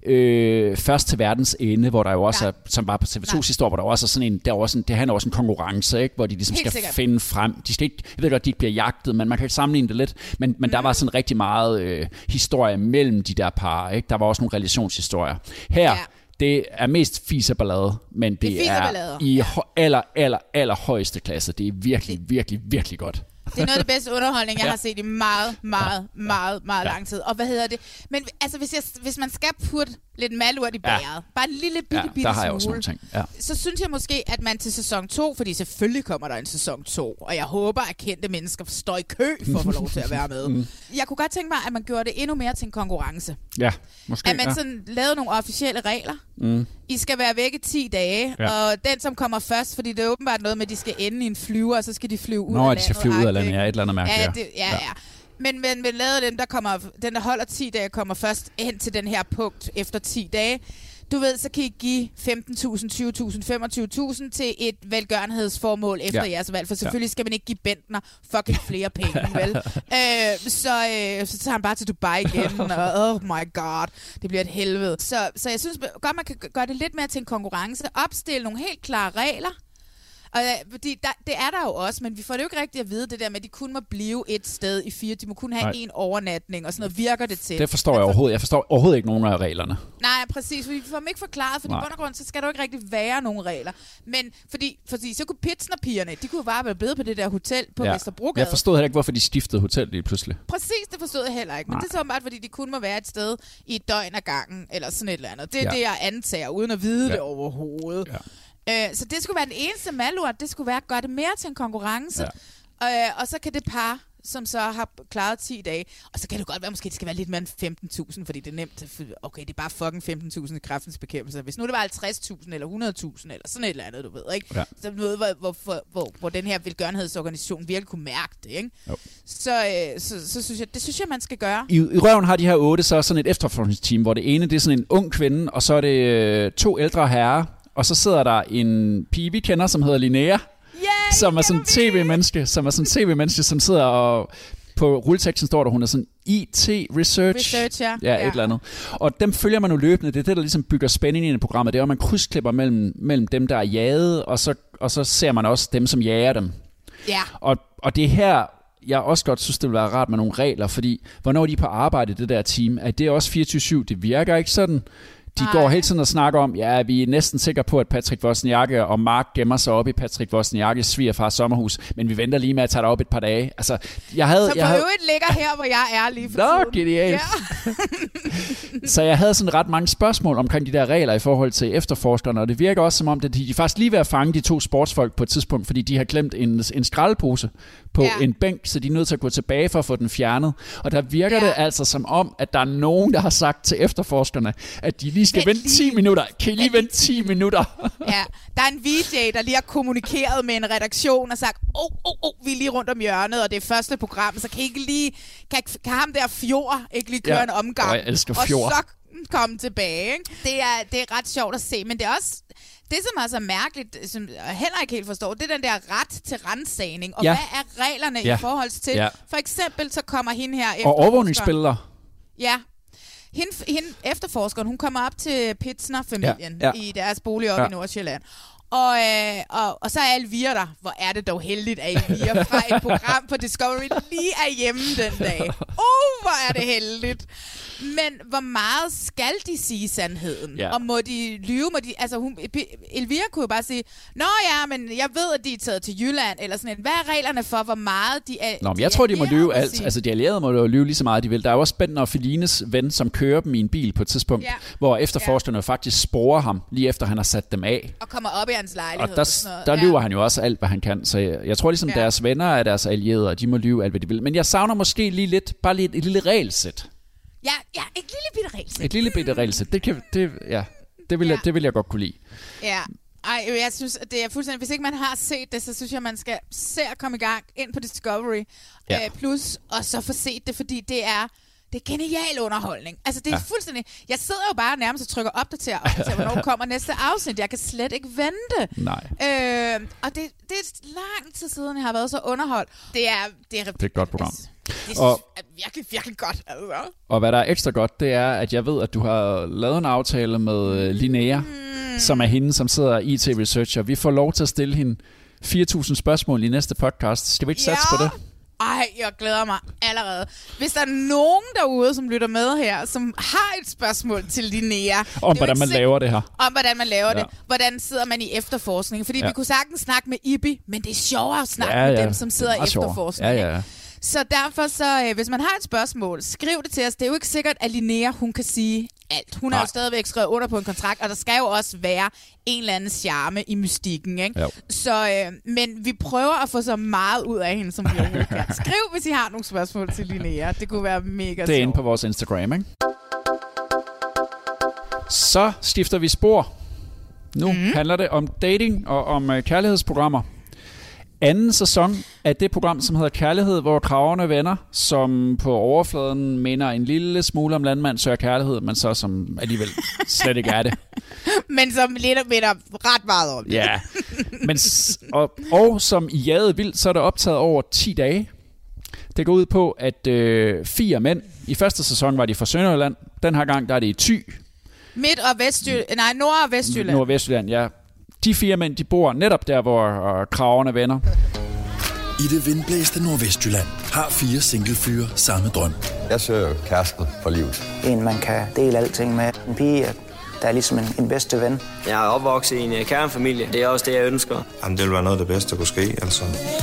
øh, først til verdens ende, hvor der jo også ja. er, som var på T V to sidste år, hvor der også er sådan en, der er også en, det handler også en konkurrence, ikke? Hvor de ligesom helt skal sikkert. finde frem. De skal ikke, jeg ved godt, de ikke bliver jagtet, men man kan sammenligne det lidt. Men, men mm. der var sådan rigtig meget øh, historie mellem de der par, ikke? Der var også nogle relationshistorier. Her... Ja. Det er mest fis og ballade, men det, det er, er i ja. aller, aller, aller højeste klasse. Det er virkelig, virkelig, virkelig godt. Det er noget af det bedste underholdning, jeg ja. har set i meget, meget, ja. meget, meget ja. lang tid. Og hvad hedder det? Men altså, hvis, jeg, hvis man skal putte lidt malurt i bæret, ja. bare en lille bitte, ja, bitte smule, også nogle ting. Ja. Så synes jeg måske, at man til sæson to, fordi selvfølgelig kommer der en sæson to, og jeg håber, at kendte mennesker står i kø for at få lov til at være med. mm. Jeg kunne godt tænke mig, at man gjorde det endnu mere til en konkurrence. Ja, måske. At man ja. sådan lavede nogle officielle regler. Mm. I skal være væk i ti dage, ja. og den, som kommer først, fordi det er åbenbart noget med, at de skal ende i en flyver, og så skal de flyve ud Nå, af landet. Nå, de skal flyve ud af landet, ja, et eller andet mærke. Ja, det, ja, ja. ja. Men, men, men lavede den, der kommer, den, der holder ti dage, kommer først hen til den her punkt efter ti dage. Du ved, så kan I give femten tusind, tyve tusind, femogtyve tusind til et velgørenhedsformål efter ja. jeres valg, for selvfølgelig ja. skal man ikke give Bentner fucking flere penge, vel? øh, så, øh, så tager han bare til Dubai igen, og oh my god, det bliver et helvede. Så, så jeg synes godt, man kan gøre det lidt mere til en konkurrence, opstille nogle helt klare regler, og fordi der, det er der jo også, men vi får det jo ikke rigtigt at vide det der med, at de kun må blive et sted i fire. De må kun have Nej. en overnatning, og sådan noget virker det til. Det forstår jeg overhovedet. Jeg forstår overhovedet ikke nogen af reglerne. Nej, præcis. Fordi vi får dem ikke forklaret, for i bund og grund, så skal der jo ikke rigtig være nogen regler. Men fordi, fordi så kunne Pitsner-pigerne, de kunne bare være blevet på det der hotel på ja. Vesterbrogade. Jeg forstod heller ikke, hvorfor de skiftede hotel lige pludselig. Præcis, det forstod jeg heller ikke. Men Nej. det er så bare, fordi de kun må være et sted i et døgn ad gangen, eller sådan et eller andet. Det er ja. det, jeg antager, uden at vide ja. det overhovedet. Ja. Øh, så det skulle være den eneste malurt, det skulle være at gøre det mere til en konkurrence. Ja. Øh, og så kan det par, som så har klaret ti dage, og så kan det godt være, måske det skal være lidt mere end femten tusind, fordi det er nemt. Okay, det er bare fucking femten tusind i kræftens bekæmpelse. Hvis nu det var halvtreds tusind eller hundrede tusind eller sådan et eller andet, du ved, ikke? Ja. Så noget, hvor, hvor, hvor, hvor, hvor den her velgørenhedsorganisation virkelig kunne mærke det, ikke? Så, øh, så, så synes jeg, det synes jeg, man skal gøre. I, i Røven har de her otte så sådan et efterforskningsteam, hvor det ene, det er sådan en ung kvinde, og så er det øh, to ældre herrer, og så sidder der en pige, vi kender, som hedder Linnea, yeah, som er sådan en tv-menneske, som er sådan en tv-menneske, som sidder og på rulleteksten står der, hun er sådan I T research, research ja. ja, et ja. eller andet. Og dem følger man jo løbende. Det er det, der ligesom bygger spænding ind i programmet. Det er, at man krydsklipper mellem, mellem dem, der er jaget, og så, og så ser man også dem, som jager dem. Ja. Og, og det er her, jeg også godt synes, det vil være rart med nogle regler, fordi hvornår er de på arbejde, det der team? Er det også fireogtyve syv? Det virker ikke sådan. De Ej. går hele tiden og snakker om, ja, vi er næsten sikre på, at Patrick Wozniacki og Mark gemmer sig op i Patrick Wozniackis svigerfars sommerhus, men vi venter lige med at tage det op et par dage. Altså, jeg havde, så for jeg havde... øvrigt ligger her, hvor jeg er lige for Nå, genialt. Ja. Så jeg havde sådan ret mange spørgsmål omkring de der regler i forhold til efterforskerne, og det virker også som om, at de, de faktisk lige ved at fange de to sportsfolk på et tidspunkt, fordi de har glemt en, en skraldepose på ja. en bænk, så de er nødt til at gå tilbage for at få den fjernet. Og der virker ja. det altså som om, at der er nogen, der har sagt til efterforskerne, at de lige skal vent, vente ti minutter. Kan I lige vente ti minutter? Ja, der er en V J, der lige har kommunikeret med en redaktion og sagt, åh, oh, oh, oh, vi er lige rundt om hjørnet, og det er første program, så kan I ikke lige, kan, kan ham der Fjord ikke lige køre ja. en omgang? Og jeg elsker Fjord. Og så komme tilbage. Ikke? Det, er, det er ret sjovt at se, men det er også... Det, som er så mærkeligt, som jeg heller ikke helt forstår, det er den der ret til ransagning. Og ja. hvad er reglerne ja. i forhold til? Ja. For eksempel, så kommer hende her... Og overvågningsbilleder. Ja. Hende, hende efterforskeren, hun kommer op til Pitsner-familien ja. Ja. i deres bolig oppe ja. i Nordsjælland. Og, øh, og, og så er Elvira der. Hvor er det dog heldigt, at Elvira fra et program på Discovery lige er hjemme den dag. Oh, hvor er det heldigt. Men hvor meget skal de sige sandheden? Ja. Og må de lyve? Må de, altså hun, Elvira kunne jo bare sige, nå ja, men jeg ved, at de er taget til Jylland, eller sådan en. Hvad er reglerne for, hvor meget de er? Nå, men jeg tror, de må lyve alt. Altså, de allierede må jo lyve lige så meget, de vil. Der er jo også Bender og Felines ven, som kører dem i en bil på et tidspunkt, ja. hvor efterforskerne ja. faktisk sporer ham, lige efter han har sat dem af. Og kommer op i hans lejlighed. Og der, der lyver ja. han jo også alt, hvad han kan. Så jeg, jeg tror ligesom, ja. deres venner er deres allierede, og de må lyve alt, hvad de vil. Men jeg savner måske lige lidt, bare lige et, et lille regelsæt. Ja, ja, et lille bitte regelsæt. Et lille bitte regelsæt. Det kan, det, ja, det vil, ja. jeg, det vil jeg godt kunne lide. Ja. Ej, jeg synes, det er fuldstændig... Hvis ikke man har set det, så synes jeg, man skal se at komme i gang ind på Discovery ja. øh, Plus, og så få set det, fordi det er... Det er genial underholdning. Altså, det er ja. fuldstændig... Jeg sidder jo bare nærmest og trykker opdater, opdater, hvornår kommer næste afsnit. Jeg kan slet ikke vente. Nej. Øh, og det, det er lang tid siden, jeg har været så underholdt. Det er... Det er, det er et godt program. Det og, er virkelig, virkelig godt. Altså. Og hvad der er ekstra godt, det er, at jeg ved, at du har lavet en aftale med Linnea, mm. som er hende, som sidder i I T-researcher. Vi får lov til at stille hende fire tusind spørgsmål i næste podcast. Skal vi ikke satse ja. på det? Ej, jeg glæder mig allerede. Hvis der er nogen derude, som lytter med her, som har et spørgsmål til Linnea. Om hvordan man laver det her. Om hvordan man laver ja. det. Hvordan sidder man i efterforskning. Fordi ja. vi kunne sagtens snakke med Ibi, men det er sjovere at snakke ja, ja. med dem, som sidder i efterforskning. Ja, ja, ja. Så derfor, så, øh, hvis man har et spørgsmål, skriv det til os. Det er jo ikke sikkert, at Linnea, hun kan sige alt. Hun har jo stadigvæk skrevet under på en kontrakt, og der skal jo også være en eller anden charme i mystikken. Ikke? Så, øh, men vi prøver at få så meget ud af hende, som vi overhovedet kan. Skriv, hvis I har nogle spørgsmål til Linnea. Det kunne være mega sjovt. Det er inde på vores Instagram, ikke? Så skifter vi spor. Nu mm-hmm. handler det om dating og om uh, kærlighedsprogrammer. Anden sæson af det program, som hedder Kærlighed, hvor kragerne venner, som på overfladen minder en lille smule om Landmand søger kærlighed, men så som alligevel slet ikke er det. Men som lidt minder ret meget om det. Ja, men, og, og som i Jade Vildt, så er der optaget over ti dage. Det går ud på, at øh, fire mænd, i første sæson var de fra Sønderjylland, den her gang der er det i Thy. Midt- og Vestjylland, nej, Nord- og Vestjylland. Nord- og Vestjylland, ja. De fire mænd, de bor netop der, hvor øh, kragerne vender. I det vindblæste Nordvestjylland har fire singlefyre samme drøm. Jeg søger kæresten for livet. En, man kan dele alting med. En pige, der er ligesom en, en bedste ven. Jeg er opvokset i en uh, kernefamilie. Det er også det, jeg ønsker. Jamen, det vil være noget af det bedste, der kunne ske, altså.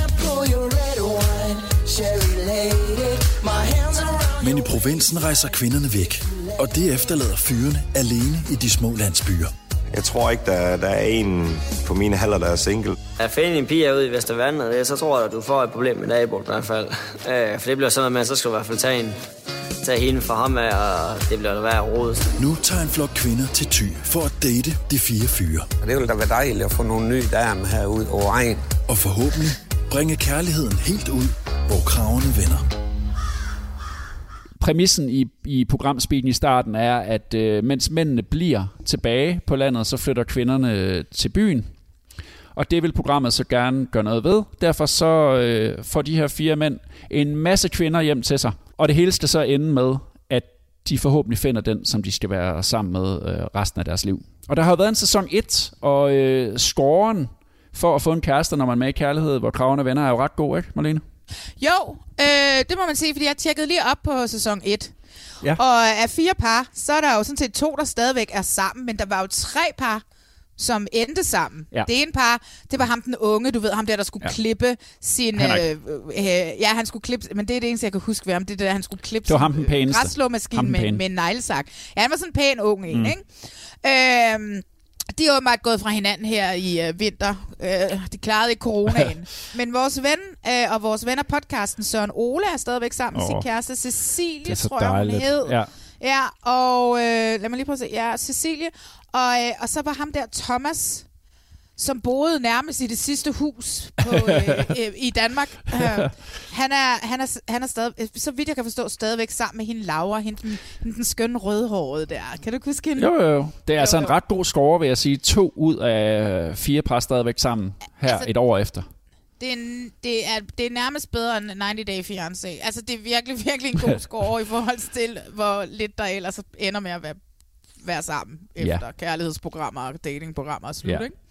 Men i provinsen rejser kvinderne væk, og det efterlader fyrene alene i de små landsbyer. Jeg tror ikke, der, der er en på mine halder, der er single. Jeg finder en pige ude i Vestervandet, så tror jeg, at du får et problem med naboen i hvert fald. Øh, for det bliver sådan noget med, at så skal du i hvert fald tage, en, tage hende fra ham af, og det bliver da værd at rode. Nu tager en flok kvinder til Thy for at date de fire fyre. Og det vil da være dejligt at få nogle nye damer herude over egen. Og forhåbentlig bringe kærligheden helt ud, hvor kragerne vender. Præmissen i, i programspeeden i starten er, at øh, mens mændene bliver tilbage på landet, så flytter kvinderne til byen. Og det vil programmet så gerne gøre noget ved. Derfor så øh, får de her fire mænd en masse kvinder hjem til sig. Og det hele skal så ende med, at de forhåbentlig finder den, som de skal være sammen med øh, resten af deres liv. Og der har jo været en sæson et, og øh, scoren for at få en kæreste, når man er med i Kærlighed, hvor kragerne venner, er jo ret god, ikke, Marlene? Jo, øh, det må man sige, fordi jeg tjekkede lige op på sæson et. Ja. Og af fire par, så er der jo sådan set to, der stadigvæk er sammen, men der var jo tre par, som endte sammen. Ja. Det ene par, det var ham den unge, du ved, ham der, der skulle ja. klippe sin... Øh, øh, ja, han skulle klippe... Men det er det eneste, jeg kan huske ved ham. Det er det, han skulle klippe det var ham den pæneste. Græsslåmaskine med, med en neglesak. Ja, han var sådan en pæn ung en, mm. ikke? Øhm, De er åbenbart gået fra hinanden her i øh, vinter. Øh, de klarede ikke coronaen. Men vores ven øh, og vores ven af podcasten, Søren Ole, er stadigvæk sammen med oh, sin kæreste Cecilie, tror jeg, hun hed. Ja. Ja, og øh, lad mig lige prøve at se. Ja, Cecilie. Og, øh, og så var ham der Thomas, som boede nærmest i det sidste hus på, øh, øh, i Danmark. Uh, han, er, han, er, han er stadig, så vidt jeg kan forstå, stadigvæk sammen med hende Laura, hende den, hende den skønne rødhårede der. Kan du ikke huske hende? Jo, jo. Det er jo, altså jo. en ret god score, vil jeg sige. To ud af fire par stadigvæk sammen her altså, et år efter. Det er, en, det, er, det er nærmest bedre end halvtreds Day Fiancé. Altså, det er virkelig, virkelig en god score i forhold til, hvor lidt der ellers ender med at være, være sammen efter ja. kærlighedsprogrammer og datingprogrammer og slut, ja. ikke?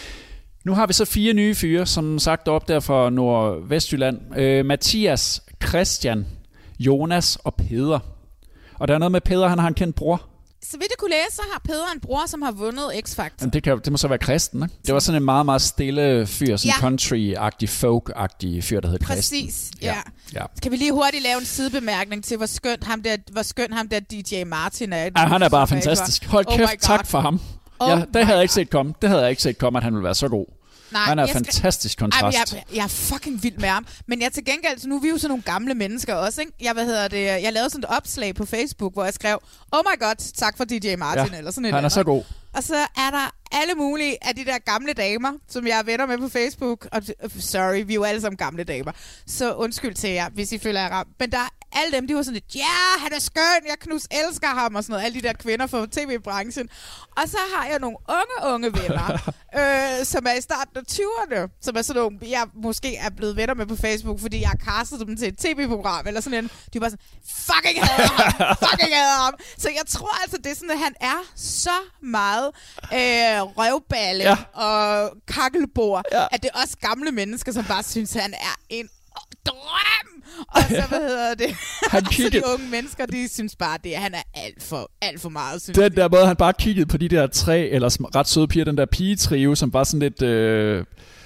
Nu har vi så fire nye fyre, som sagt op der fra Nordvestjylland. Øh, Mathias, Christian, Jonas og Peder. Og der er noget med Peder, han har en kendt bror. Så vidt jeg kunne læse, så har Peder en bror, som har vundet X-Factor. Jamen, det, kan, det må så være Christen, ikke? Det var sådan en meget, meget stille fyr, sådan ja. country-agtig, folk-agtig fyr, der hed Christen. Præcis, ja. ja. Kan vi lige hurtigt lave en sidebemærkning til, hvor skønt ham der, hvor skønt ham der D J Martin er? Ja, han er bare fantastisk. Hold kæft, oh tak for ham. Oh ja, det havde jeg ikke set komme. Det havde jeg ikke set komme, at han ville være så god. Nej, han er jeg fantastisk skal... kontrast. Ej, jeg, jeg er fucking vild med ham. Men jeg til gengæld, så nu er vi jo sådan nogle gamle mennesker også, ikke? Jeg, hvad hedder det, jeg lavede sådan et opslag på Facebook, hvor jeg skrev, oh my god, tak for D J Martin, ja, eller sådan et han er så god. Og så er der alle mulige af de der gamle damer, som jeg er venner med på Facebook. Og sorry, vi er jo alle sammen gamle damer. Så undskyld til jer, hvis I føler jer ramt. Men der alle dem, de var sådan lidt, ja, yeah, han er skøn, jeg knus elsker ham, og sådan noget. Alle de der kvinder fra tv-branchen. Og så har jeg nogle unge, unge venner, øh, som er i starten af tyverne, som er sådan nogle, jeg måske er blevet venner med på Facebook, fordi jeg har castet dem til et tv-program, eller sådan en. De var sådan, fucking hader ham, fucking hader ham. Så jeg tror altså, det er sådan, at han er så meget øh, røvballe ja. og kakkelbord, ja. at det er også gamle mennesker, som bare synes, at han er en drøm. Og så, hvad hedder det? Han så de unge mennesker, de synes bare, det han er alt for, alt for meget, synes Den de. der måde, han bare kiggede på de der tre, eller ret søde piger, den der pigetrio, som var sådan lidt øh,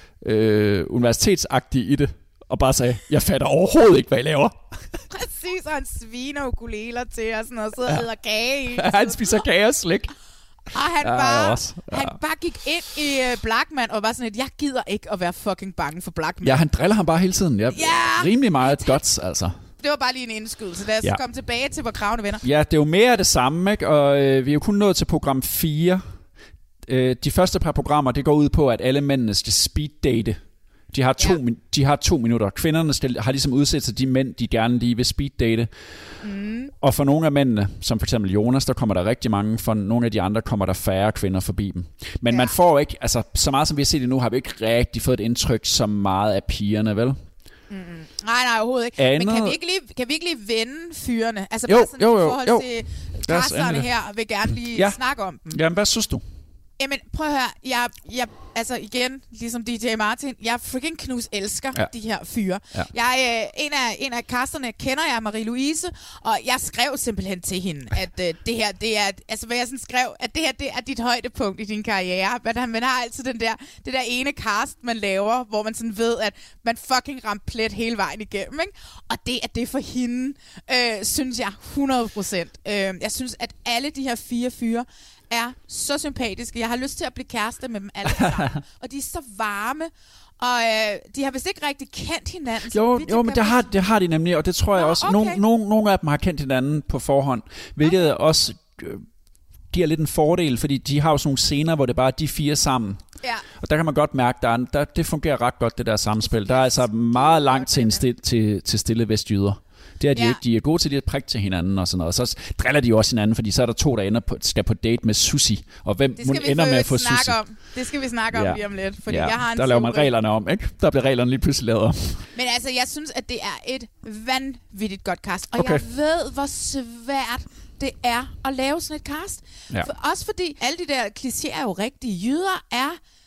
øh, universitetsagtig i det, og bare sagde, jeg fatter overhovedet ikke, hvad I laver. Præcis, og han sviner ukuleler til, og sådan noget, og sidder og æder kage. Ja, han spiser kage og slik. Og han, ja, bare, også, ja. han bare gik ind i uh, Blackman og var sådan et, jeg gider ikke at være fucking bange for Blackman. Ja, han driller ham bare hele tiden. Ja, ja. Rimelig meget guts, altså. Det var bare lige en indskydelse. Lad os ja. komme tilbage til vores kravende venner. Ja, det er jo mere af det samme, ikke? Og øh, vi er jo kun nået til program fire. Øh, de første par programmer, det går ud på, at alle mændene skal speeddate. De har to, ja. min- de har to minutter. Kvinderne skal, har ligesom udsat sig de mænd, de gerne lige vil speeddate. Mm. Og for nogle af mændene, som for eksempel Jonas, der kommer der rigtig mange. For nogle af de andre kommer der færre kvinder forbi dem. Men ja. man får ikke, altså så meget som vi har set det nu, har vi ikke rigtig fået et indtryk så meget af pigerne, vel? Mm-hmm. Nej, nej, overhovedet ikke. Andet... Men kan vi ikke lige, kan vi ikke lige vende fyrene? Altså jo, bare sådan jo, jo, i forhold jo. til kasterne her, vil gerne lige ja. snakke om dem. Jamen, hvad synes du? Jamen, prøv at høre. Jeg, jeg, altså igen, ligesom D J Martin, jeg freaking knus elsker ja. de her fyre. Ja. Jeg, øh, en, af, en af casterne kender jeg, Marie-Louise, og jeg skrev simpelthen til hende, at øh, det her, det er, altså hvad jeg sådan skrev, at det her, det er dit højdepunkt i din karriere. Man, man har altid den der, det der ene cast, man laver, hvor man sådan ved, at man fucking ramte plet hele vejen igennem, ikke? Og det er det for hende, øh, synes jeg, hundrede procent. Øh, jeg synes, at alle de her fire fyre er så sympatiske. Jeg har lyst til at blive kæreste med dem alle sammen. Og de er så varme. Og øh, de har vist ikke rigtig kendt hinanden. Jo, jo men det har, det har de nemlig, og det tror jeg Nå, også. Okay. Nogle, nogle, nogle af dem har kendt hinanden på forhånd, hvilket okay. også øh, giver lidt en fordel, fordi de har jo sådan nogle scener, hvor det bare er de fire sammen. Ja. Og der kan man godt mærke, at der, der, det fungerer ret godt, det der samspil. Der er altså meget langt til, en stil, til, til stille vestjyder. Det er de, ja. de er gode til lige at prikke til hinanden og sådan noget. Og så driller de jo også hinanden, fordi så er der to, der ender på, skal på date med Susi. Og hvem ender med at få Susi? Om. Det skal vi snakke om ja. lige om lidt. Fordi ja. jeg har en der laver man reglerne om, ikke? Der bliver reglerne lige pludselig lavet om. Men altså, jeg synes, at det er et vanvittigt godt cast. Og okay. jeg ved, hvor svært det er at lave sådan et cast. Ja. For, også fordi alle de der klichéer er jo rigtige. Jyder er...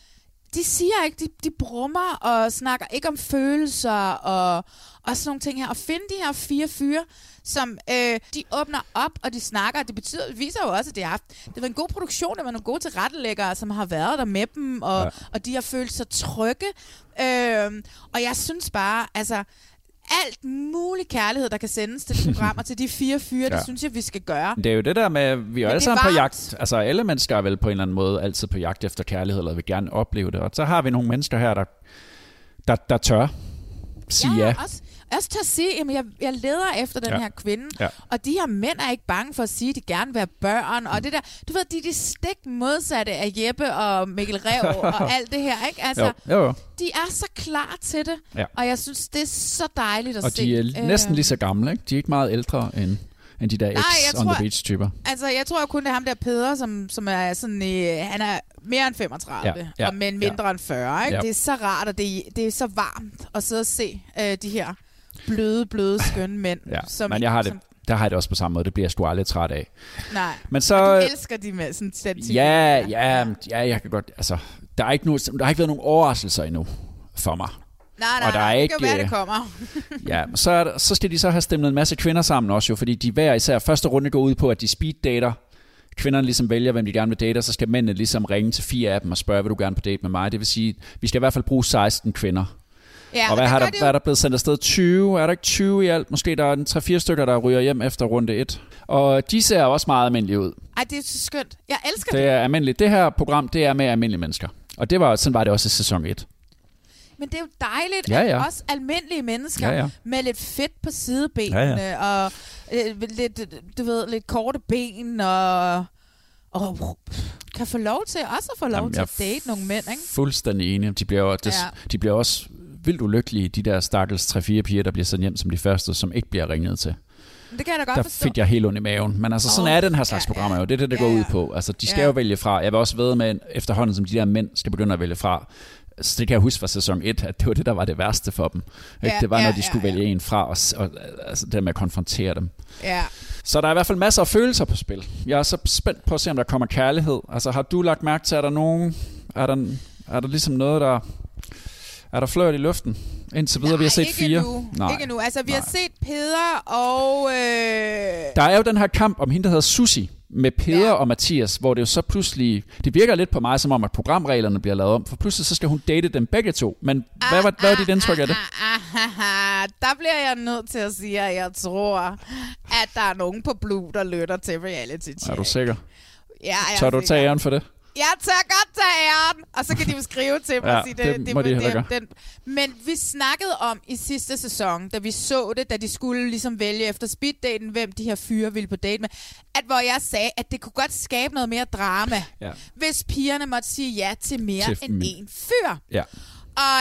De siger ikke, de, de brummer og snakker ikke om følelser og, og sådan nogle ting her. Og finde de her fire fyre, som øh, de åbner op, og de snakker. Det betyder, det viser jo også, at det har haft, det var en god produktion, der var nogle gode tilrettelæggere, som har været der med dem, og, ja. og de har følt sig trygge. Øh, og jeg synes bare, altså... alt mulig kærlighed, der kan sendes til de programmer, til de fire fyre, ja. Det synes jeg, vi skal gøre. Det er jo det der med, vi er alle sammen på jagt. Altså alle mennesker er vel på en eller anden måde altid på jagt efter kærlighed, eller vil gerne opleve det. Og så har vi nogle mennesker her, der, der, der tør sige ja. ja. Også, også tør sige, at jeg, jeg leder efter den ja. her kvinde, ja. og de her mænd er ikke bange for at sige, at de gerne vil have børn, og det der, du ved, de er de stik modsatte af Jeppe og Mikkel Rev og alt det her, ikke? Altså, jo. Jo, jo. De er så klar til det, ja. og jeg synes, det er så dejligt at og se. Og de er næsten lige så gamle, ikke? De er ikke meget ældre end, end de der ex-on-the-beach-typer. Altså, jeg tror kun, det er ham der Peder, som, som er sådan, øh, han er mere end femogtredive, ja, ja, og men mindre ja. end fyrre, ikke? Ja. Det er så rart, og det, det er så varmt at sidde og se øh, de her bløde, bløde, skønne mænd. Ja, som, men jeg har det, som, der har jeg det også på samme måde. Det bliver jeg sgu aldrig træt af. Nej, men så, og du elsker de med sådan den type. Ja, ja, ja, jeg kan godt, altså, der er ikke, nu, der har ikke været nogen overraskelser endnu for mig. Nej, nej, og der nej, er det ikke, kan være, det kommer. ja, så, er der, så skal de så have stemlet en masse kvinder sammen også jo, fordi de hver især første runde går ud på, at de speeddater. Kvinderne ligesom vælger, hvem de gerne vil date, og så skal mændene ligesom ringe til fire af dem og spørge, vil du gerne på date med mig? Det vil sige, vi skal i hvert fald bruge seksten kvinder. Ja, og hvad, har der, hvad er der blevet sendt afsted? tyve? Er der ikke tyve i alt? Måske der er tre fire stykker, der ryger hjem efter runde et. Og de ser også meget almindelige ud. Ej, det er så skønt. Jeg elsker det. Det er almindeligt. Det her program, det er med almindelige mennesker. Og det var, sådan var det også i sæson et. Men det er jo dejligt, ja, ja. at også almindelige mennesker ja, ja. med lidt fedt på sidebenene, ja, ja. og øh, lidt, du ved, lidt korte ben, og, og kan få lov til også at få lov Jamen, til at date nogle mænd, ikke? Fuldstændig enig. De bliver, jo, des, ja. de bliver også vildt ulykkelige, de der stakkels tre fire piger, der bliver sendt hjem som de første, som ikke bliver ringet til. Det kan jeg da godt der forstå. fik jeg helt ondt i maven. Men altså, sådan oh, er den her slags ja, programmer jo. Det er det, det går ja, ud på. Altså, de skal ja. jo vælge fra. Jeg vil også ved med, efterhånden som de der mænd skal begynde at vælge fra. Så det kan jeg huske fra sæson et, at det var det, der var det værste for dem. Ja, det var, når ja, de skulle ja, vælge ja. en fra, og, og altså, det med at konfrontere dem. Ja. Så der er i hvert fald masser af følelser på spil. Jeg er så spændt på at se, om der kommer kærlighed. Altså, har du lagt mærke til, er der nogen... Er der, er der ligesom noget, der... Er der flørt i luften? Indtil videre, Nej, vi har set ikke fire. Nu. Nej, ikke nu. Altså, vi Nej. har set Peder og... Øh... Der er jo den her kamp om hende, der hedder Susie, med Peder ja. og Mathias, hvor det jo så pludselig... Det virker lidt på mig, som om, at programreglerne bliver lavet om, for pludselig så skal hun date dem begge to. Men ah, hvad, hvad, hvad er dit indtryk ah, af det? Ah, ah, ah, der bliver jeg nødt til at sige, at jeg tror, at der er nogen på Blue, der lytter til reality check. Er du sikker? Ja, jeg Tør du tage æren for det? Jeg tør godt tage æren, og så kan de jo skrive til mig ja, og sige, det, det, det, må det, de det, den. Men vi snakkede om i sidste sæson, da vi så det, da de skulle ligesom vælge efter speeddaten, hvem de her fyre ville på date med, at hvor jeg sagde, at det kunne godt skabe noget mere drama, ja. hvis pigerne måtte sige ja til mere til end en fyr. Ja. Og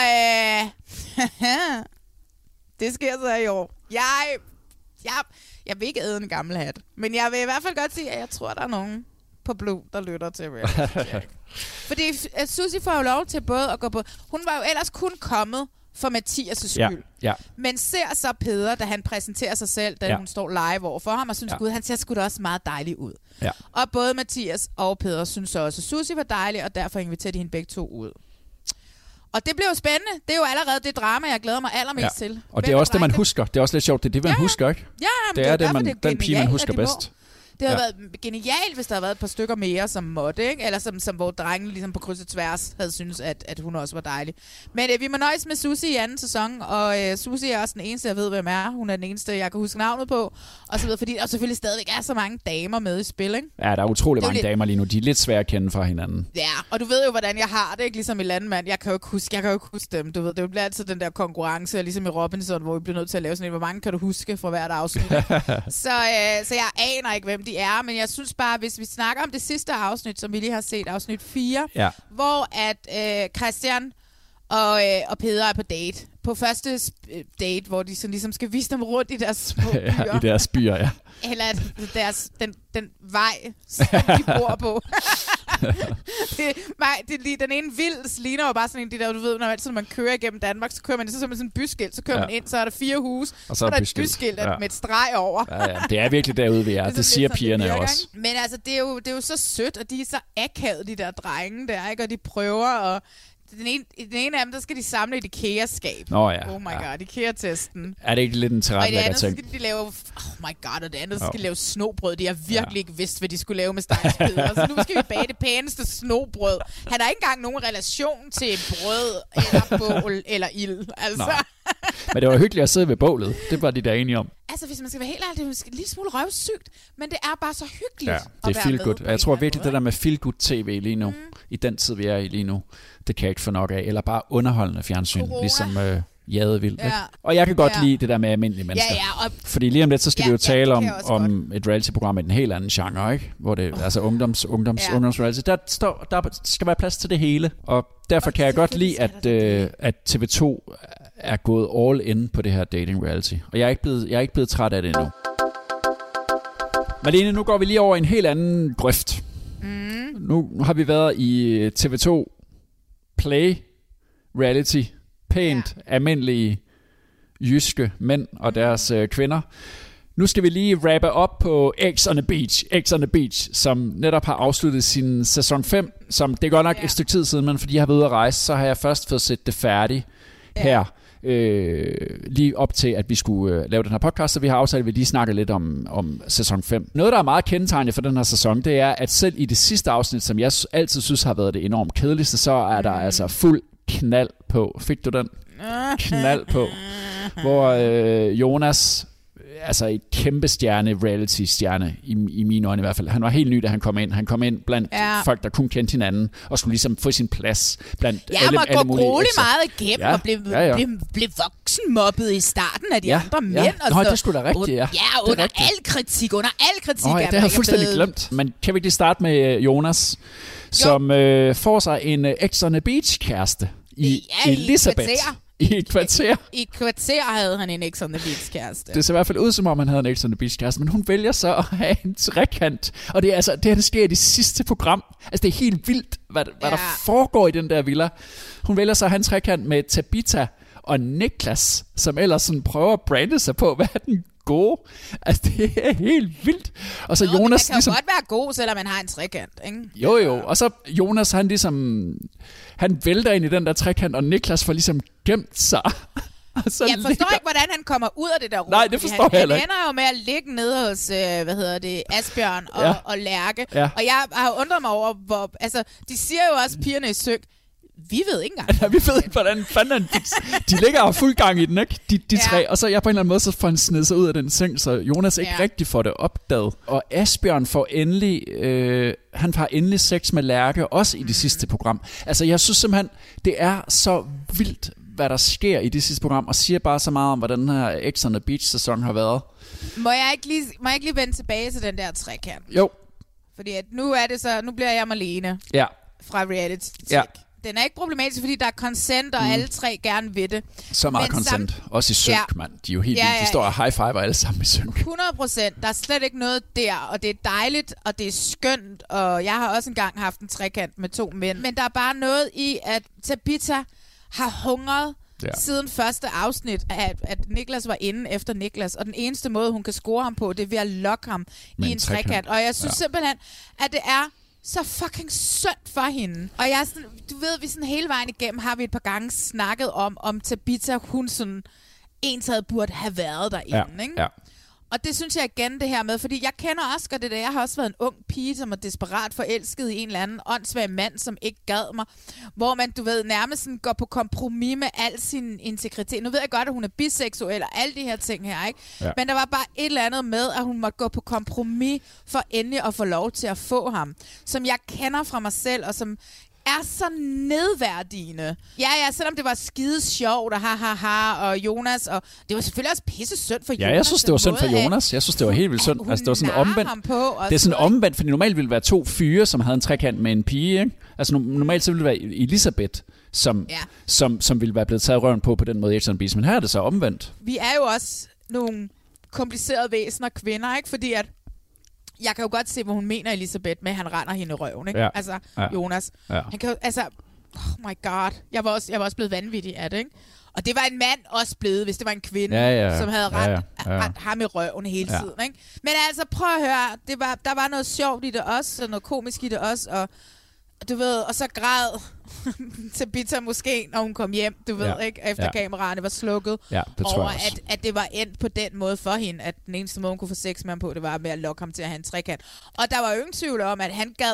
øh, det sker så i år. Jeg, jeg, jeg vil ikke æde en gammel hat, men jeg vil i hvert fald godt sige, at jeg tror, der er nogen på Blue, der lytter til reality check. Fordi uh, Susie får jo lov til både at gå på... Hun var jo ellers kun kommet for Mathias' skyld. Ja, ja. Men ser så Peder, da han præsenterer sig selv, da ja. hun står live over for ham, og synes, ja. gud, han ser sgu da også meget dejlig ud. Ja. Og både Mathias og Peder synes også, at Susie var dejlig, og derfor inviterer de hende begge to ud. Og det bliver jo spændende. Det er jo allerede det drama, jeg glæder mig allermest ja. til. Og det er også det, man husker. Det er også lidt sjovt. Det er det, man ja. husker, ikke? Ja, det, det er, det, man, det den pige, man husker bedst. Det havde ja. været genialt, hvis der havde været et par stykker mere, som måtte, ikke? Eller som, som hvor drengene ligesom på kryds og tværs havde syntes, at, at hun også var dejlig. Men øh, vi må nøjes med Susie i anden sæson, og øh, Susie er også den eneste, jeg ved, hvem er. Hun er den eneste, jeg kan huske navnet på, og så videre, fordi der selvfølgelig stadigvæk er så mange damer med i spil, ikke? Ja, der er utrolig mange lidt... damer lige nu. De er lidt svære at kende fra hinanden. Ja, og du ved jo, hvordan jeg har det, ikke? Ligesom i Landmand. Jeg kan jo ikke huske, jeg kan jo ikke huske dem. Du ved, det bliver altid den der konkurrence, ligesom i Robinson, hvor vi bliver nødt til at lave sådan en, hvor mange kan du huske fra hvert afsnit. så, øh, så jeg aner ikke, hvem de er, men jeg synes bare, hvis vi snakker om det sidste afsnit, som vi lige har set, afsnit fire, ja. hvor at øh, Christian og, øh, og Peder er på date. På første date, hvor de sådan ligesom skal vise dem rundt i deres små byer. Ja, i deres byer, ja. Eller deres, den, den vej, som de bor på. det, nej, det, den ene vild ligner jo bare sådan en, de der, du ved, når, altid, når man kører igennem Danmark, så kører man så som sådan en byskilt, så kører ja. man ind, så er der fire huse, og så, så er der et byskilt ja. med et streg over. ja, ja. Det er virkelig derude, vi er. Det, det siger pigerne jo også. Men altså, det er jo, det er jo så sødt, og de er så akavet, de der drenge der, ikke? Og de prøver at... Den ene, den ene af dem, der skal de samle et IKEA-skab. Nå ja. Oh my ja. god, IKEA-testen. Er det ikke lidt en tilrettelægger ting? Og det andet, så skal de lave... Oh my god, og det andet, så skal de lave snobrød. De har virkelig ja. ikke vidst, hvad de skulle lave med stejspidder. Så nu skal vi bage det pæneste snobrød. Han har ikke engang nogen relation til brød, eller bål, eller ild. Altså. Men det var hyggeligt at sidde ved bålet. Det var de der enige om. Altså, hvis man skal være helt ærlig, det er måske en lille smule røvsygt, men det er bare så hyggeligt ja, det er feel good. Jeg tror virkelig, det der med feel good tv lige nu, mm. i den tid, vi er i lige nu, det kan jeg ikke få nok af. Eller bare underholdende fjernsyn, Corona. Ligesom øh, jadevildt. Ja. Og jeg kan godt ja. lide det der med almindelige mennesker. Ja, ja, og fordi lige om lidt, så skal ja, vi jo tale ja, om, om et reality-program i en helt anden genre, ikke? Hvor det oh. altså ungdoms, ungdoms, ja. ungdoms-reality. Der, står, der skal være plads til det hele, og derfor og kan jeg godt lide, at, øh, at T V to er gået all in på det her dating-reality. Og jeg er ikke blevet, jeg er ikke blevet træt af det endnu. Malene, nu går vi lige over en helt anden grøft. Mm. Nu, nu har vi været i T V to Play Reality. Pænt, ja. Almindelige jyske mænd og deres øh, kvinder. Nu skal vi lige wrappe op på X on the Beach. X on the Beach, som netop har afsluttet sin sæson fem, som det er godt nok ja. et stykke tid siden, men fordi jeg har været ude at rejse, så har jeg først fået set det færdigt ja. her. Øh, lige op til, at vi skulle øh, lave den her podcast, så vi har aftalt, at vi lige snakker lidt om, om sæson fem. Noget, der er meget kendetegnende for den her sæson, det er, at selv i det sidste afsnit, som jeg altid synes har været det enormt kedeligste, så er der mm. altså fuld knald på. Fik du den? Knald på. Hvor øh, Jonas, altså et kæmpe stjerne, reality-stjerne, i, i mine øjne i hvert fald. Han var helt ny, da han kom ind. Han kom ind blandt ja. folk, der kun kendte hinanden, og skulle ligesom få sin plads blandt ja, alle, alle mulige. Ja, man går grueligt meget igennem, ja. og blev, ja, ja. blev, blev voksenmobbet i starten af de ja. andre mænd. Ja. Og Nå, så, det skulle da rigtigt, ja. Ja, under al kritik, under al kritik. Oh, ja, det har jeg fuldstændig blevet... glemt. Men kan vi ikke lige starte med Jonas, som øh, får sig en uh, X on the Beach-kæreste i ja, Elisabeth. I et kvarter. I et kvarter havde han en X on the Beach kæreste. Det ser i hvert fald ud, som om han havde en X on the Beach kæreste, men hun vælger så at have en trekant. Og det er altså, det her, det sker i det sidste program. Altså, det er helt vildt, hvad, hvad ja. der foregår i den der villa. Hun vælger så at have en trekant med Tabitha og Niklas, som ellers sådan prøver at brande sig på, hvad er den gode. Altså, det er helt vildt. Og så Nå, Jonas man kan ligesom... jo godt være god, selvom man har en trekant, ikke? Jo, jo. Og så Jonas, han ligesom... Han vælter ind i den der trekant, og Niklas får ligesom gemt sig. Jeg forstår ligger... ikke, hvordan han kommer ud af det der rum. Nej, det forstår han, jeg heller ikke. Han ender jo med at ligge nede hos, øh, hvad hedder det, Asbjørn og, ja. og Lærke. Ja. Og jeg har undret mig over, hvor... Altså, de siger jo også, pigerne i Søg, vi ved ikke engang. Ja, vi ved ikke, hvordan fanden de, de ligger og fuld gang i den, ikke? De, de ja. tre. Og så jeg på en eller anden måde, så får han snedet sig ud af den seng, så Jonas ikke ja. rigtig får det opdaget. Og Asbjørn får endelig, øh, han får endelig sex med Lærke, også i det mm. sidste program. Altså, jeg synes simpelthen, det er så vildt, hvad der sker i det sidste program, og siger bare så meget om, hvordan den her X on the Beach-sæson har været. Må jeg ikke lige, må jeg ikke lige vende tilbage til den der trekant? Jo. Fordi at nu er det så, nu bliver jeg Marlene ja. fra reality. Ja. Den er ikke problematisk, fordi der er consent, og mm. alle tre gerne vil det. Så meget men consent. Sam- Også i synk, ja. mand. De er jo helt ja, vildt. De står og high-fiver alle sammen i synk. hundrede procent. Der er slet ikke noget der, og det er dejligt, og det er skønt, og jeg har også engang haft en trekant med to mænd. Men der er bare noget i, at Tabitha har hungret ja. siden første afsnit, at, at Niklas var inde efter Niklas, og den eneste måde, hun kan score ham på, det er ved at lokke ham men i en trekant. trekant. Og jeg synes ja. simpelthen, at det er så fucking synd for hende. Og jeg er sådan, du ved, vi sådan hele vejen igennem har vi et par gange snakket om, om Tabitha, hun sådan ensat burde have været derinde, ja, ikke? Ja. Og det synes jeg igen det her med, fordi jeg kender også godt det der. Jeg har også været en ung pige, som er desperat forelsket i en eller anden åndssvag mand, som ikke gad mig. Hvor man, du ved, nærmest sådan går på kompromis med al sin integritet. Nu ved jeg godt, at hun er biseksuel og alle de her ting her, ikke? Ja. Men der var bare et eller andet med, at hun måtte gå på kompromis for endelig at få lov til at få ham. Som jeg kender fra mig selv, og som er så nedværdigende. Ja, ja, selvom det var skide sjovt, og ha, ha, ha, og Jonas, og det var selvfølgelig også pisse synd for Jonas. Ja, jeg synes, det var synd for Jonas. Jeg synes, det var helt vildt synd. Altså, det var sådan omvendt. På, det er sådan omvendt, fordi normalt ville det være to fyre, som havde en trekant med en pige, ikke? Altså, normalt så ville det være Elisabeth, som, ja. som, som ville være blevet taget røven på på den måde, X on the Beach. Men her er det så omvendt. Vi er jo også nogle komplicerede væsener kvinder, ikke? Fordi at jeg kan jo godt se, hvad hun mener, Elisabeth, med at han render hende i røven, ikke? Ja. Altså, ja. Jonas. Ja. Han kan jo, altså, oh my god. Jeg var, også, jeg var også blevet vanvittig af det, ikke? Og det var en mand også blevet, hvis det var en kvinde, ja, ja, som havde ret, ja, ja. ret ham i røven hele ja. tiden, ikke? Men altså, prøv at høre. Det var, der var noget sjovt i det også, og noget komisk i det også, og du ved, og så græd Tabitha måske, når hun kom hjem, du ved, ja. ikke? Efter ja. kameraerne var slukket. Ja, det tror over, jeg også. at, at det var endt på den måde for hende, at den eneste måde, hun kunne få sex med ham på, det var med at lokke ham til at have en trekant. Og der var jo ingen tvivl om, at han gad jo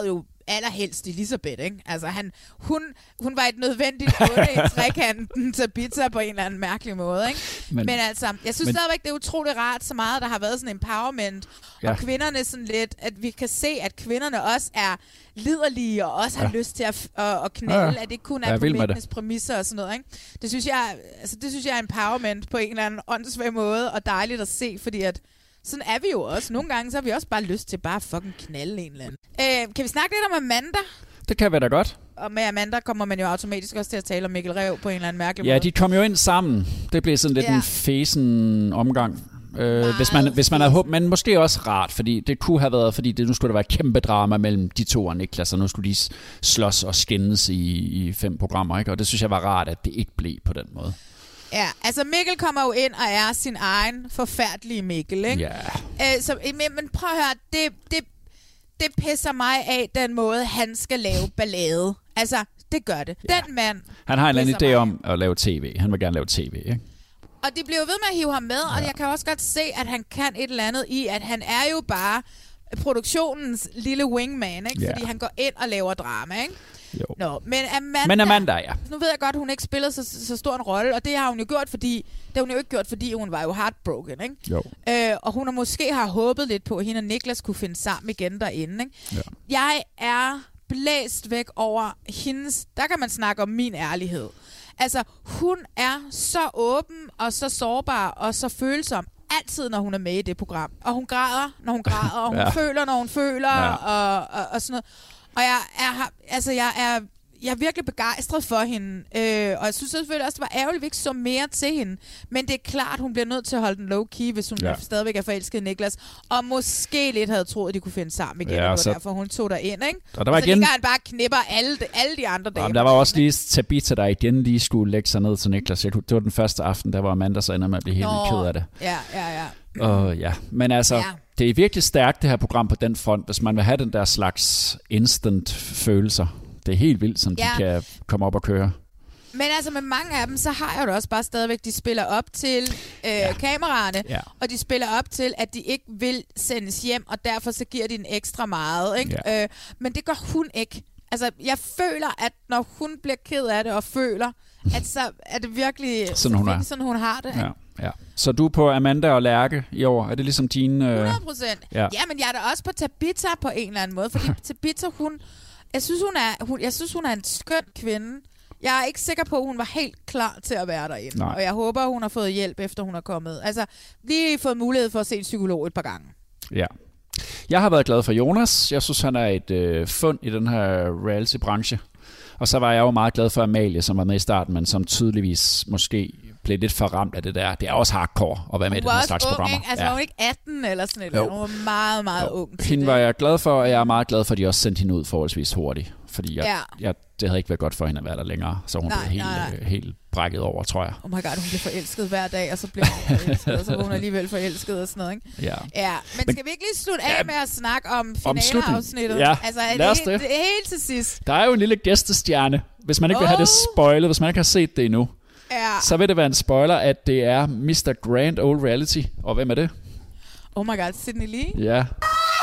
allerhelst Elisabeth, ikke? Altså, han, hun, hun var et nødvendigt onde i trekanten til pizza på en eller anden mærkelig måde, ikke? Men, men altså, jeg synes men, stadigvæk, det er utroligt rart, så meget, der har været sådan empowerment, ja. Og kvinderne sådan lidt, at vi kan se, at kvinderne også er liderlige, og også har ja. lyst til at, at, at knælde, ja, ja. At det kun er på mændenes præmisser og sådan noget, ikke? Det synes jeg, altså, det synes jeg er empowerment på en eller anden åndssvag måde, og dejligt at se, fordi at sådan er vi jo også. Nogle gange så har vi også bare lyst til bare at fucking knalde en eller anden. Øh, kan vi snakke lidt om Amanda? Det kan vi da godt. Og med Amanda kommer man jo automatisk også til at tale om Mikkel Rev på en eller anden mærkelig ja, måde. Ja, de kom jo ind sammen. Det blev sådan lidt ja. en fesen omgang. Øh, hvis man, hvis man havde håbet, men måske også rart, fordi det kunne have været, fordi det, nu skulle der være kæmpe drama mellem de to og Niklas, og nu skulle de slås og skændes i, i fem programmer, ikke? Og det synes jeg var rart, at det ikke blev på den måde. Ja, altså Mikkel kommer jo ind og er sin egen forfærdelige Mikkel, ikke? Ja. Øh, så, men, men prøv at høre, det, det, det pisser mig af, den måde, han skal lave ballade. Altså, det gør det. Ja. Den mand... Han har en eller anden idé om at lave tv. Han vil gerne lave tv, ikke? Og de bliver jo ved med at hive ham med, ja. Og jeg kan også godt se, at han kan et eller andet i, at han er jo bare produktionens lille wingman, ikke? Ja. Fordi han går ind og laver drama, ikke? Jo. Nå, men Amanda, men Amanda, ja. Nu ved jeg godt, hun ikke spillede så, så stor en rolle, og det har hun jo gjort, fordi det har hun jo ikke gjort, fordi hun var jo heartbroken, ikke? Jo. Øh, og hun har måske har håbet lidt på, at hende og Niklas kunne finde sammen igen derinde, ikke? Ja. Jeg er blæst væk over hendes... Der kan man snakke om min ærlighed. Altså, hun er så åben og så sårbar og så følsom. Altid, når hun er med i det program. Og hun græder, når hun græder, og hun ja. føler, når hun føler, ja. og, og, og sådan noget. Og jeg er, altså, jeg er, jeg er virkelig begejstret for hende. Øh, og jeg synes selvfølgelig også, det var ærgerligt, at vi ikke så mere til hende. Men det er klart, hun bliver nødt til at holde den low-key, hvis hun ja. stadigvæk er forelsket i Niklas. Og måske lidt havde troet, at de kunne finde sammen igen. Ja, og så... derfor hun tog der ind, ikke? Og der var så igen... han bare knipper alle, alle de andre dage. Der var også lige Tabitha, der igen lige skulle lægge sig ned til Niklas. Det var den første aften, der var Amanda så ender med at blive helt Nå, ked af det. Ja, ja, ja. Og ja, men altså... Ja. Det er virkelig stærkt, det her program på den front, hvis man vil have den der slags instant følelser. Det er helt vildt, som ja. de kan komme op og køre. Men altså med mange af dem, så har jeg jo det også bare stadigvæk, de spiller op til øh, ja. kameraerne, ja. og de spiller op til, at de ikke vil sendes hjem, og derfor så giver de en ekstra meget. Ikke? Ja. Øh, men det gør hun ikke. Altså, jeg føler, at når hun bliver ked af det og føler, at så er det virkelig sådan, hun, er. sådan, hun har det. Ja. Ja. Så du er på Amanda og Lærke i år? Er det ligesom din... Øh... hundrede procent. Ja. ja, men jeg er da også på Tabitha på en eller anden måde, fordi Tabitha, hun... Jeg synes, hun er, hun, jeg synes, hun er en skøn kvinde. Jeg er ikke sikker på, at hun var helt klar til at være derinde. Nej. Og jeg håber, hun har fået hjælp, efter hun er kommet. Altså, lige fået mulighed for at se en psykolog et par gange. Ja. Jeg har været glad for Jonas. Jeg synes, han er et øh, fund i den her reality-branche. Og så var jeg jo meget glad for Amalie, som var med i starten, men som tydeligvis måske blev lidt for ramt af det der. Det er også hardcore at være med i den her slags ung, programmer. Ikke? Altså, ja. Var hun ikke atten eller sådan noget? Hun var meget, meget jo. ung. Hende var jeg glad for, og jeg er meget glad for, at de også sendte hende ud forholdsvis hurtigt. Fordi jeg, ja. jeg, det havde ikke været godt for hende at være der længere. Så hun nej, blev helt, nej, nej. Øh, helt brækket over, tror jeg. Oh my god, hun blev forelsket hver dag, og så blev hun forelsket, og så var hun alligevel forelsket og sådan noget, ikke? Ja. ja. Men, men skal vi ikke lige slutte af ja, med at snakke om finaleafsnittet? Ja, altså, lad os det. det. Det er helt til sidst. Der er jo en lille gæstestjerne, hvis man ikke oh. vil have det spoilet, hvis man ikke har set det endnu. Ja. Så vil det være en spoiler, at det er mister Grand Old Reality. Og hvem er det? Oh my god, Sydney Lee? Ja. Jeg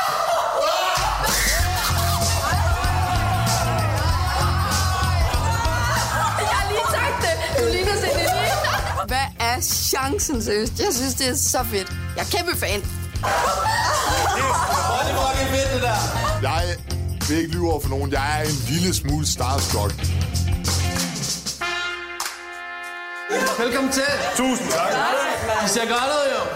har lige sagt det. Du ligner Sydney Lee. Hvad er chancen, seriøst? Jeg synes, det er så fedt. Jeg er kæmpe fan. Hvor er det fucking fedt, det der? Jeg vil ikke lyve over for nogen. Jeg er en lille smule starstruck. Velkommen til. Tusind tak. I ser godt ud, jo.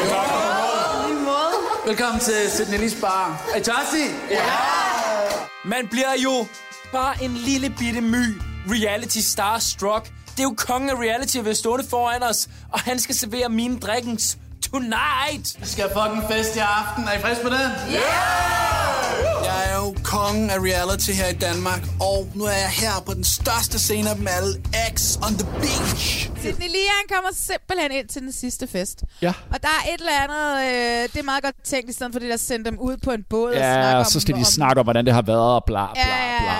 Tak. Velkommen til Sydney Lees bar. Er I tørstige? Ja. Man bliver jo bare en lille bitte my reality starstruck. Det er jo kongen af reality ved stående foran os, og han skal servere mine drikkens tonight. Vi skal have fucking fest i aften. Er I friske på det? Ja! Jeg er jo kongen af reality her i Danmark, og nu er jeg her på den største scene af dem alle, X on the Beach. Sydney Lee, han kommer simpelthen ind til den sidste fest. Ja. Og der er et eller andet, øh, det er meget godt tænkt, i stedet for det der sende dem ud på en båd ja, og snakke om... så skal de om, snakke om, hvordan det har været, og bla bla ja, ja, bla.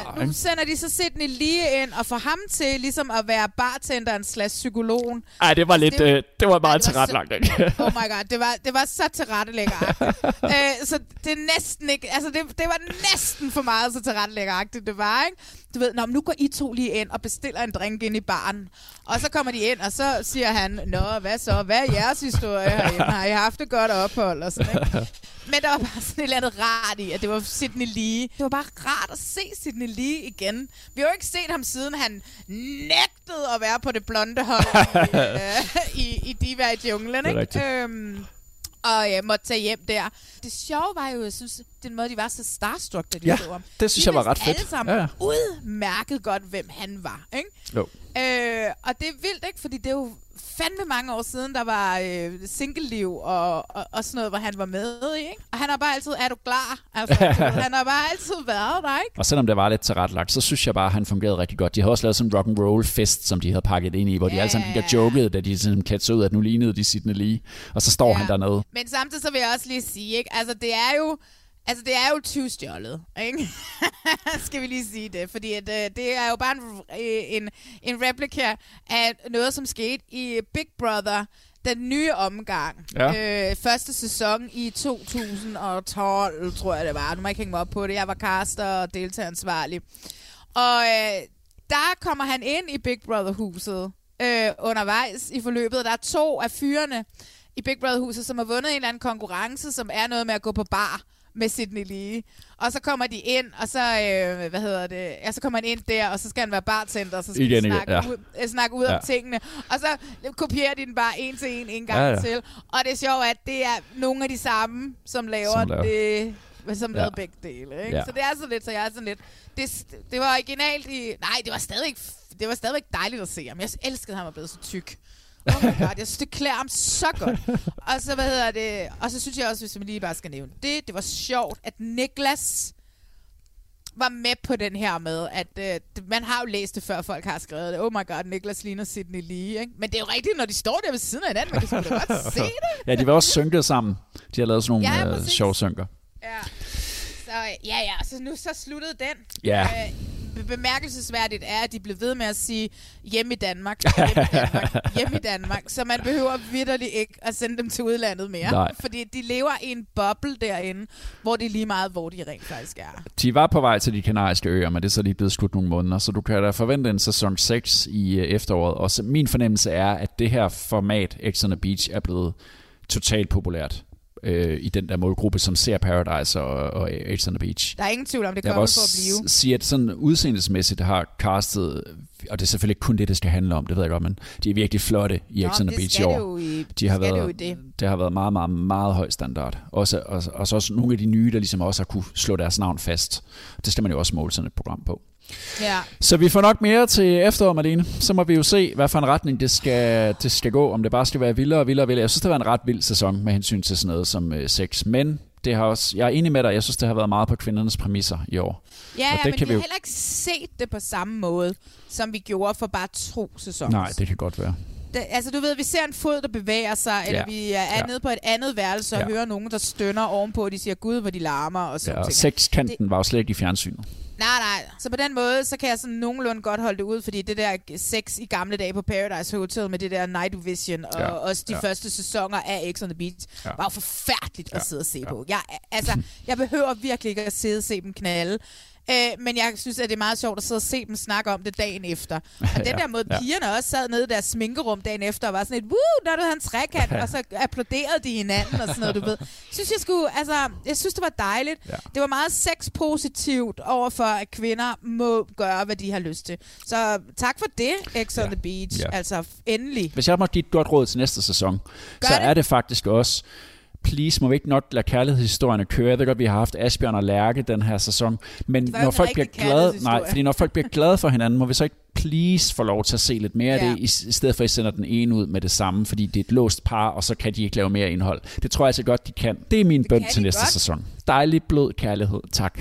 nu sender de så Sydney Lee ind og får ham til ligesom at være bartenderen slash psykologen. Ej, det var lidt, det, øh, det var meget tilrettelagt, ikke? Oh my god, det var, det var så tilrettelæggeragtigt. øh, så det er næsten ikke, altså det, det var næsten for meget så tilrettelæggeragtigt, det var, ikke? Du ved, nå, nu går I to lige ind og bestiller en drink ind i baren. Og så kommer de ind, og så siger han, nå, hvad så? Hvad er jeres historie herinde? Har I haft et godt ophold? Og sådan, ikke? Men der var bare sådan et eller andet rart i, at det var Sydney Lee. Det var bare rart at se Sydney Lee igen. Vi har jo ikke set ham siden han nægtede at være på det blonde hold i, øh, i, i Diva i junglen, ikke? Øhm, og jeg måtte tage hjem der. Det sjove var jo, jeg synes, den måde, de var så starstruck, da de ja, så ham. det synes de jeg var ret fedt. alle sammen ja, ja. udmærket godt, hvem han var, ikke? Jo. Øh, og det er vildt, ikke? Fordi det er jo fandme mange år siden, der var øh, single-liv og, og, og sådan noget, hvor han var med i, ikke? Og han har bare altid, er du klar? Altså, han har bare altid været der, ikke? Og selvom det var lidt tilrettelagt, så synes jeg bare, at han fungerede rigtig godt. De havde også lavet sådan en rock'n'roll fest, som de havde pakket ind i, hvor ja, de alle sammen gik og jokede, da de sådan klædte sig ud, at nu lignede de Sydney Lee. Og så står ja. han dernede. Men samtidig så vil jeg også lige sige, ikke? Altså, det er jo Altså, det er jo tyvstjålet, ikke? Skal vi lige sige det. Fordi at, øh, det er jo bare en, en, en replika af noget, som skete i Big Brother, den nye omgang. Ja. Øh, første sæson i to tusind og tolv, tror jeg det var. Nu må jeg ikke hænge mig op på det. Jeg var caster og deltageransvarlig. Og øh, der kommer han ind i Big Brother-huset øh, undervejs i forløbet. Der er to af fyrene i Big Brother-huset, som har vundet en eller anden konkurrence, som er noget med at gå på bar med Sydney Lee. Og så kommer de ind, og så, øh, hvad hedder det, ja, så kommer han ind der, og så skal han være bartender, og så skal igen, de snakke, ja. ud, øh, snakke ud ja. om tingene. Og så kopierer de den bare en til en, en gang ja, ja. til. Og det er sjovt, at det er nogle af de samme, som laver, som laver. det, som ja. lavede begge dele. Ikke? Ja. Så det er så lidt, så jeg er sådan lidt, det, det var originalt i, nej, det var stadigvæk, det var stadigvæk dejligt at se ham. Jeg elskede, at han var blevet så tyk. Oh my god, jeg synes, det klæder ham så godt. Og så, hvad hedder det, og så synes jeg også, hvis man lige bare skal nævne det, det var sjovt, at Niklas var med på den her med, at øh, man har jo læst det, før folk har skrevet det. Oh my god, Niklas ligner Sydney Lee, ikke? Men det er jo rigtigt, når de står der ved siden af hinanden, man kan sgu da godt se det. Ja, de var også synket sammen. De har lavet sådan nogle ja, øh, sjove synker. Ja. Så ja, ja, så nu så sluttede den. Ja. Øh, bemærkelsesværdigt er, at de blev ved med at sige hjemme i Danmark, hjemme i Danmark, hjemme i Danmark. Så man behøver vitterligt ikke at sende dem til udlandet mere. Nej. Fordi de lever i en boble derinde, hvor det er lige meget, hvor de rent faktisk er. De var på vej til de kanariske øer, men det er så lige blevet skudt nogle måneder, så du kan da forvente en sæson seks i efteråret. Og så min fornemmelse er, at det her format, Ex on the Beach, er blevet totalt populært i den der målgruppe, som ser Paradise og, og Ex on the Beach. Der er ingen tvivl om, det kommer for at blive. Jeg vil også sige, at sådan udseendesmæssigt har castet, og det er selvfølgelig kun det, det skal handle om, det ved jeg godt, men de er virkelig flotte i Ex on the Beach i år. I, de har været, det. det har været meget, meget, meget høj standard. Også, og, og så også nogle af de nye, der ligesom også har kunne slå deres navn fast. Det skal man jo også måle sådan et program på. Ja. Så vi får nok mere til efteråret, Marlene. Så må vi jo se, hvad for en retning det skal, det skal gå. Om det bare skal være vildere og vildere og vildere. Jeg synes, det var en ret vild sæson med hensyn til sådan noget som øh, sex. Men det har også, jeg er enig med dig, jeg synes, det har været meget på kvindernes præmisser i år. Ja, ja, det men kan vi vi har jo... heller ikke set det på samme måde, som vi gjorde for bare to sæsoner. Nej, det kan godt være. Det, altså du ved, vi ser en fod, der bevæger sig, eller ja. vi er ja. nede på et andet værelse og ja. hører nogen, der stønner ovenpå, og de siger, gud, hvor de larmer og sådan ja, og sexkanten det... var jo slet ikke i fjernsynet. Nej, nej. Så på den måde, så kan jeg sådan nogenlunde godt holde det ud, fordi det der sex i gamle dage på Paradise Hotel med det der Night Vision, og ja, også de ja. første sæsoner af Ex on the Beach, ja. var jo forfærdeligt ja. at sidde og se ja. på. Jeg, altså, jeg behøver virkelig ikke at sidde og se dem knalde. Øh, men jeg synes, at det er meget sjovt at sidde og se dem snakke om det dagen efter. Og den der måde, ja. pigerne også sad nede i deres sminkerum dagen efter, og var sådan et, woo, der er du en trekant, og så applauderede de hinanden og sådan noget, du ved. Synes jeg skulle, altså, jeg synes, det var dejligt. Ja. Det var meget sexpositivt overfor, at kvinder må gøre, hvad de har lyst til. Så tak for det, Ex on ja. the Beach. Ja. Altså, endelig. Hvis jeg må give et godt råd til næste sæson, Gør så det? er det faktisk også, please, må vi ikke nok lade kærlighedshistorierne køre. Jeg ved godt, vi har haft Asbjørn og Lærke den her sæson. Men når folk bliver glade, nej, fordi når folk bliver glade for hinanden, må vi så ikke please få lov til at se lidt mere ja. af det, i stedet for at I sender den ene ud med det samme, fordi det er et låst par, og så kan de ikke lave mere indhold. Det tror jeg altså godt, de kan. Det er min det bøn til næste godt. sæson. Dejlig blød kærlighed. Tak.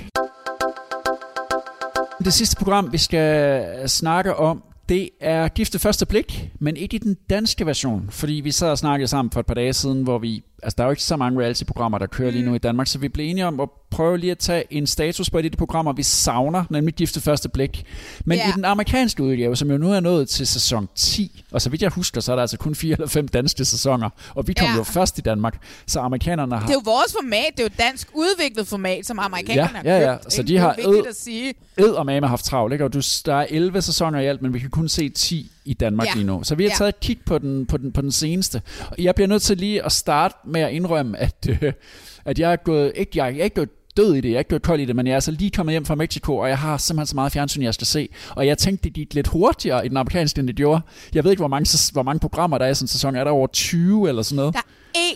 Det sidste program, vi skal snakke om, det er Gift ved første blik, men ikke i den danske version, fordi vi sad og snakkede sammen for et par dage siden, hvor vi, altså der er jo ikke så mange reality-programmer, der kører lige nu i Danmark, så vi blev enige om at prøve lige at tage en status på et af de programmer, vi savner, nemlig Gift ved første blik. Men yeah. i den amerikanske udgave, som jo nu er nået til sæson ti, og så vidt jeg husker, så er der altså kun fire eller fem danske sæsoner, og vi kom yeah. jo først i Danmark, så amerikanerne har... Det er jo vores format, det er jo dansk udviklet format, som amerikanerne ja, ja, ja. har købt. Så de har det er vigtigt at sige. Ed og mame haft travlt, ikke? Og du, der er elleve sæsoner i alt, men vi kan kun se ti i Danmark ja. lige nu. Så vi har taget et kig på den, på den, på den seneste. Og jeg bliver nødt til lige at starte med at indrømme, at, øh, at jeg er gået, ikke, jeg er ikke gået død i det, jeg er ikke gået kold i det, men jeg er altså lige kommet hjem fra Mexico, og jeg har simpelthen så meget fjernsyn, jeg skal se. Og jeg tænkte, det gik lidt hurtigere i den amerikanske, end det gjorde. Jeg ved ikke, hvor mange, hvor mange programmer der er i sådan en sæson. Er der over tyve eller sådan noget? Der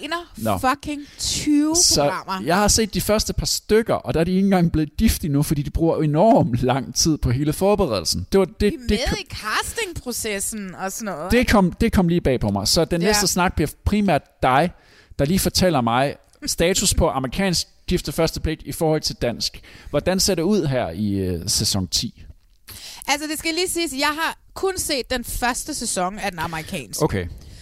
er fucking tyve så programmer. Jeg har set de første par stykker, og der er de ikke engang blevet gift endnu, fordi de bruger enormt lang tid på hele forberedelsen. Det var det, de er med det kom, i castingprocessen og sådan noget. Det kom, det kom lige bag på mig. Så den ja. næste snak bliver primært dig, der lige fortæller mig status på amerikansk Gift ved første blik i forhold til dansk. Hvordan ser det ud her i uh, sæson ti? Altså, det skal lige siges, jeg har kun set den første sæson af den amerikanske. Okay.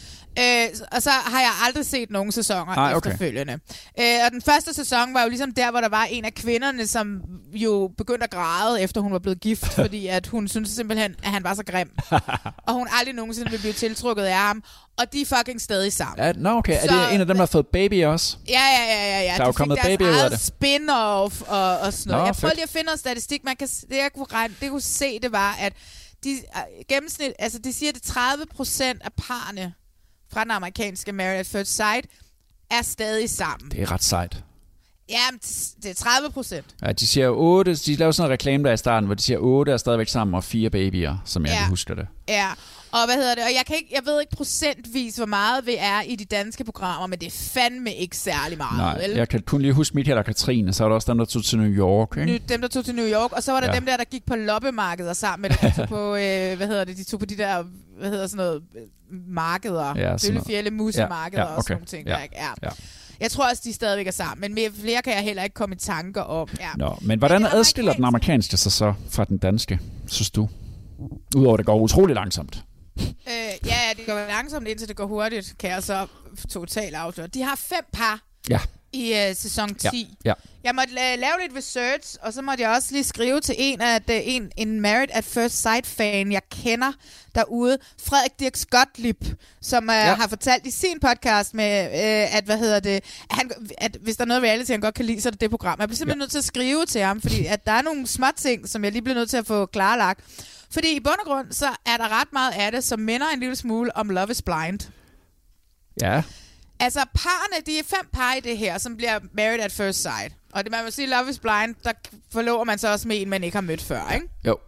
Øh, og så har jeg aldrig set nogen sæsoner Ej, okay. efterfølgende. Øh, og den første sæson var jo ligesom der, hvor der var en af kvinderne, som jo begyndte at græde, efter hun var blevet gift, fordi at hun syntes simpelthen, at han var så grim. Og hun aldrig nogensinde ville blive tiltrukket af ham. Og de er fucking stadig sammen. Ja, no, okay. Så, er det en af dem, der har fået baby også? Ja, ja, ja. ja, ja. Der er jo kommet baby ud af det. Spin-off og, og sådan noget. Nå, jeg prøvede lige at finde noget statistik. Man kan, det, jeg kunne, regne, det, jeg kunne se, det var, at de, gennemsnit, altså, de siger, at tredive procent af parne fra den amerikanske Married at First Sight er stadig sammen. Det er ret sejt. Ja, det er tredive procent. Ja, de siger otte, de laver sådan en reklame der i starten, hvor de siger otte er stadigvæk sammen og fire babyer, som jeg ja. husker det. Ja, og hvad hedder det? Og jeg, kan ikke, jeg ved ikke procentvis, hvor meget vi er i de danske programmer, men det er fandme ikke særlig meget. Nej, vel? Jeg kan kun lige huske Michael og Katrine, så var der også dem, der tog til New York. Ikke? Dem, der tog til New York, og så var der ja. dem der, der gik på loppemarkeder sammen med, de tog på, øh, hvad hedder det, de tog på de der, hvad hedder sådan noget, markeder. Ja, Bøllefjælde, musemarkeder ja, ja, okay. og sådan nogle ting. Ja, der, ikke? Ja. Ja. Jeg tror også, de stadigvæk er sammen, men mere, flere kan jeg heller ikke komme i tanker om. Ja. Nå, men hvordan men adskiller den amerikanske sig så fra den danske, synes du? Udover det går utrolig langsomt. Øh, ja, det går langsomt, indtil det går hurtigt, kan jeg så totalt afsløre. De har fem par ja. i uh, sæson ti. Ja. Ja. Jeg måtte la- lave lidt research, og så måtte jeg også lige skrive til en af de, en, en Married at First Sight-fan, jeg kender derude, Frederik Dirk Skotlib, som uh, ja. har fortalt i sin podcast med, uh, at, hvad hedder det, han, at hvis der er noget reality, han godt kan lide, så er det det program. Jeg bliver simpelthen ja. nødt til at skrive til ham, fordi at der er nogle små ting, som jeg lige bliver nødt til at få klarlagt. Fordi i bund og grund, så er der ret meget af det, som minder en lille smule om Love is Blind. Ja. Altså, parerne, de er fem par i det her, som bliver Married at First Sight. Og det man vil sige, Love is Blind, der forlover man så også med en, man ikke har mødt før, ikke? Jo.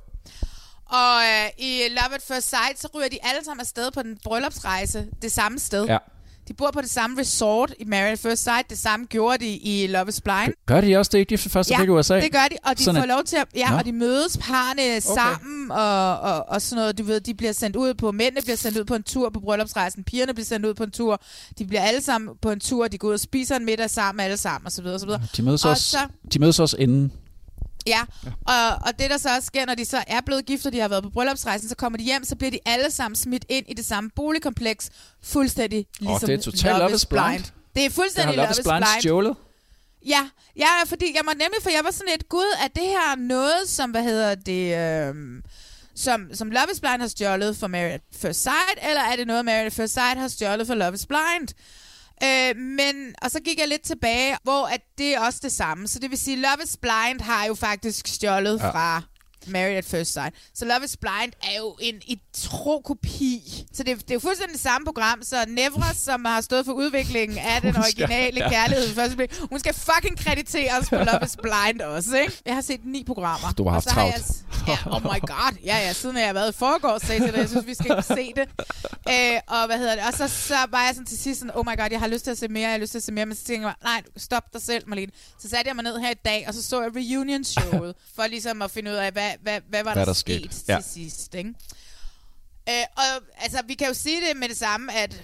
Og øh, i Love at First Sight, så ryger de alle sammen afsted på den bryllupsrejse det samme sted. Ja. De bor på det samme resort i Married at First Sight. Det samme gjorde de i Love is Blind. Gør de også det? Gift ved første blik i U S A? Ja, det gør de. Og de sådan får lov til at... Ja, no. og de mødes parne okay. sammen og, og, og sådan noget. Du ved, de bliver sendt ud på... Mændene bliver sendt ud på en tur på bryllupsrejsen. Pigerne bliver sendt ud på en tur. De bliver alle sammen på en tur. De går ud og spiser en middag sammen alle sammen og så videre og så videre. De mødes, og også, så, de mødes også inden... Ja, og, og det der så også sker, når de så er blevet gift, og de har været på bryllupsrejsen, så kommer de hjem, så bliver de alle sammen smidt ind i det samme boligkompleks, fuldstændig ligesom oh, det er totalt Love is Blind. Blind. Det er fuldstændig Love is Blind. Stjålet? Ja, ja, fordi jeg må nemlig, for jeg var sådan lidt, gud, er det her noget, som, hvad hedder det, øh, som, som Love is Blind har stjålet for Married at First Sight, eller er det noget, Married at First Sight har stjålet for Love is Blind? Øh, men, og så gik jeg lidt tilbage, hvor at det er også det samme. Så det vil sige, Love is Blind har jo faktisk stjålet ja. fra Married at First Sight. Så Love is Blind er jo en i tro kopi. Så det, det er jo fuldstændig det samme program. Så Nevra, som har stået for udviklingen af den originale ja. kærlighed, første blik, hun skal fucking krediteres på Love is Blind også, ikke? Jeg har set ni programmer. Du har haft travlt. Ja, oh my god. Ja, ja, siden jeg har været i forgårs, sagde til det. Jeg synes, vi skal se det. Øh, og hvad hedder det? Og så, så var jeg sådan til sidst sådan, oh my god, jeg har lyst til at se mere, jeg har lyst til at se mere. Men så tænkte jeg, nej, stop dig selv, Marlene. Så satte jeg mig ned her i dag, og så så jeg reunion-showet, for ligesom at finde ud af, hvad, hvad, hvad var hvad der, der sket til ja. sidst, ikke? Øh, og altså, vi kan jo sige det med det samme, at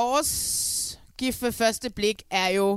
vores Gift ved første blik er jo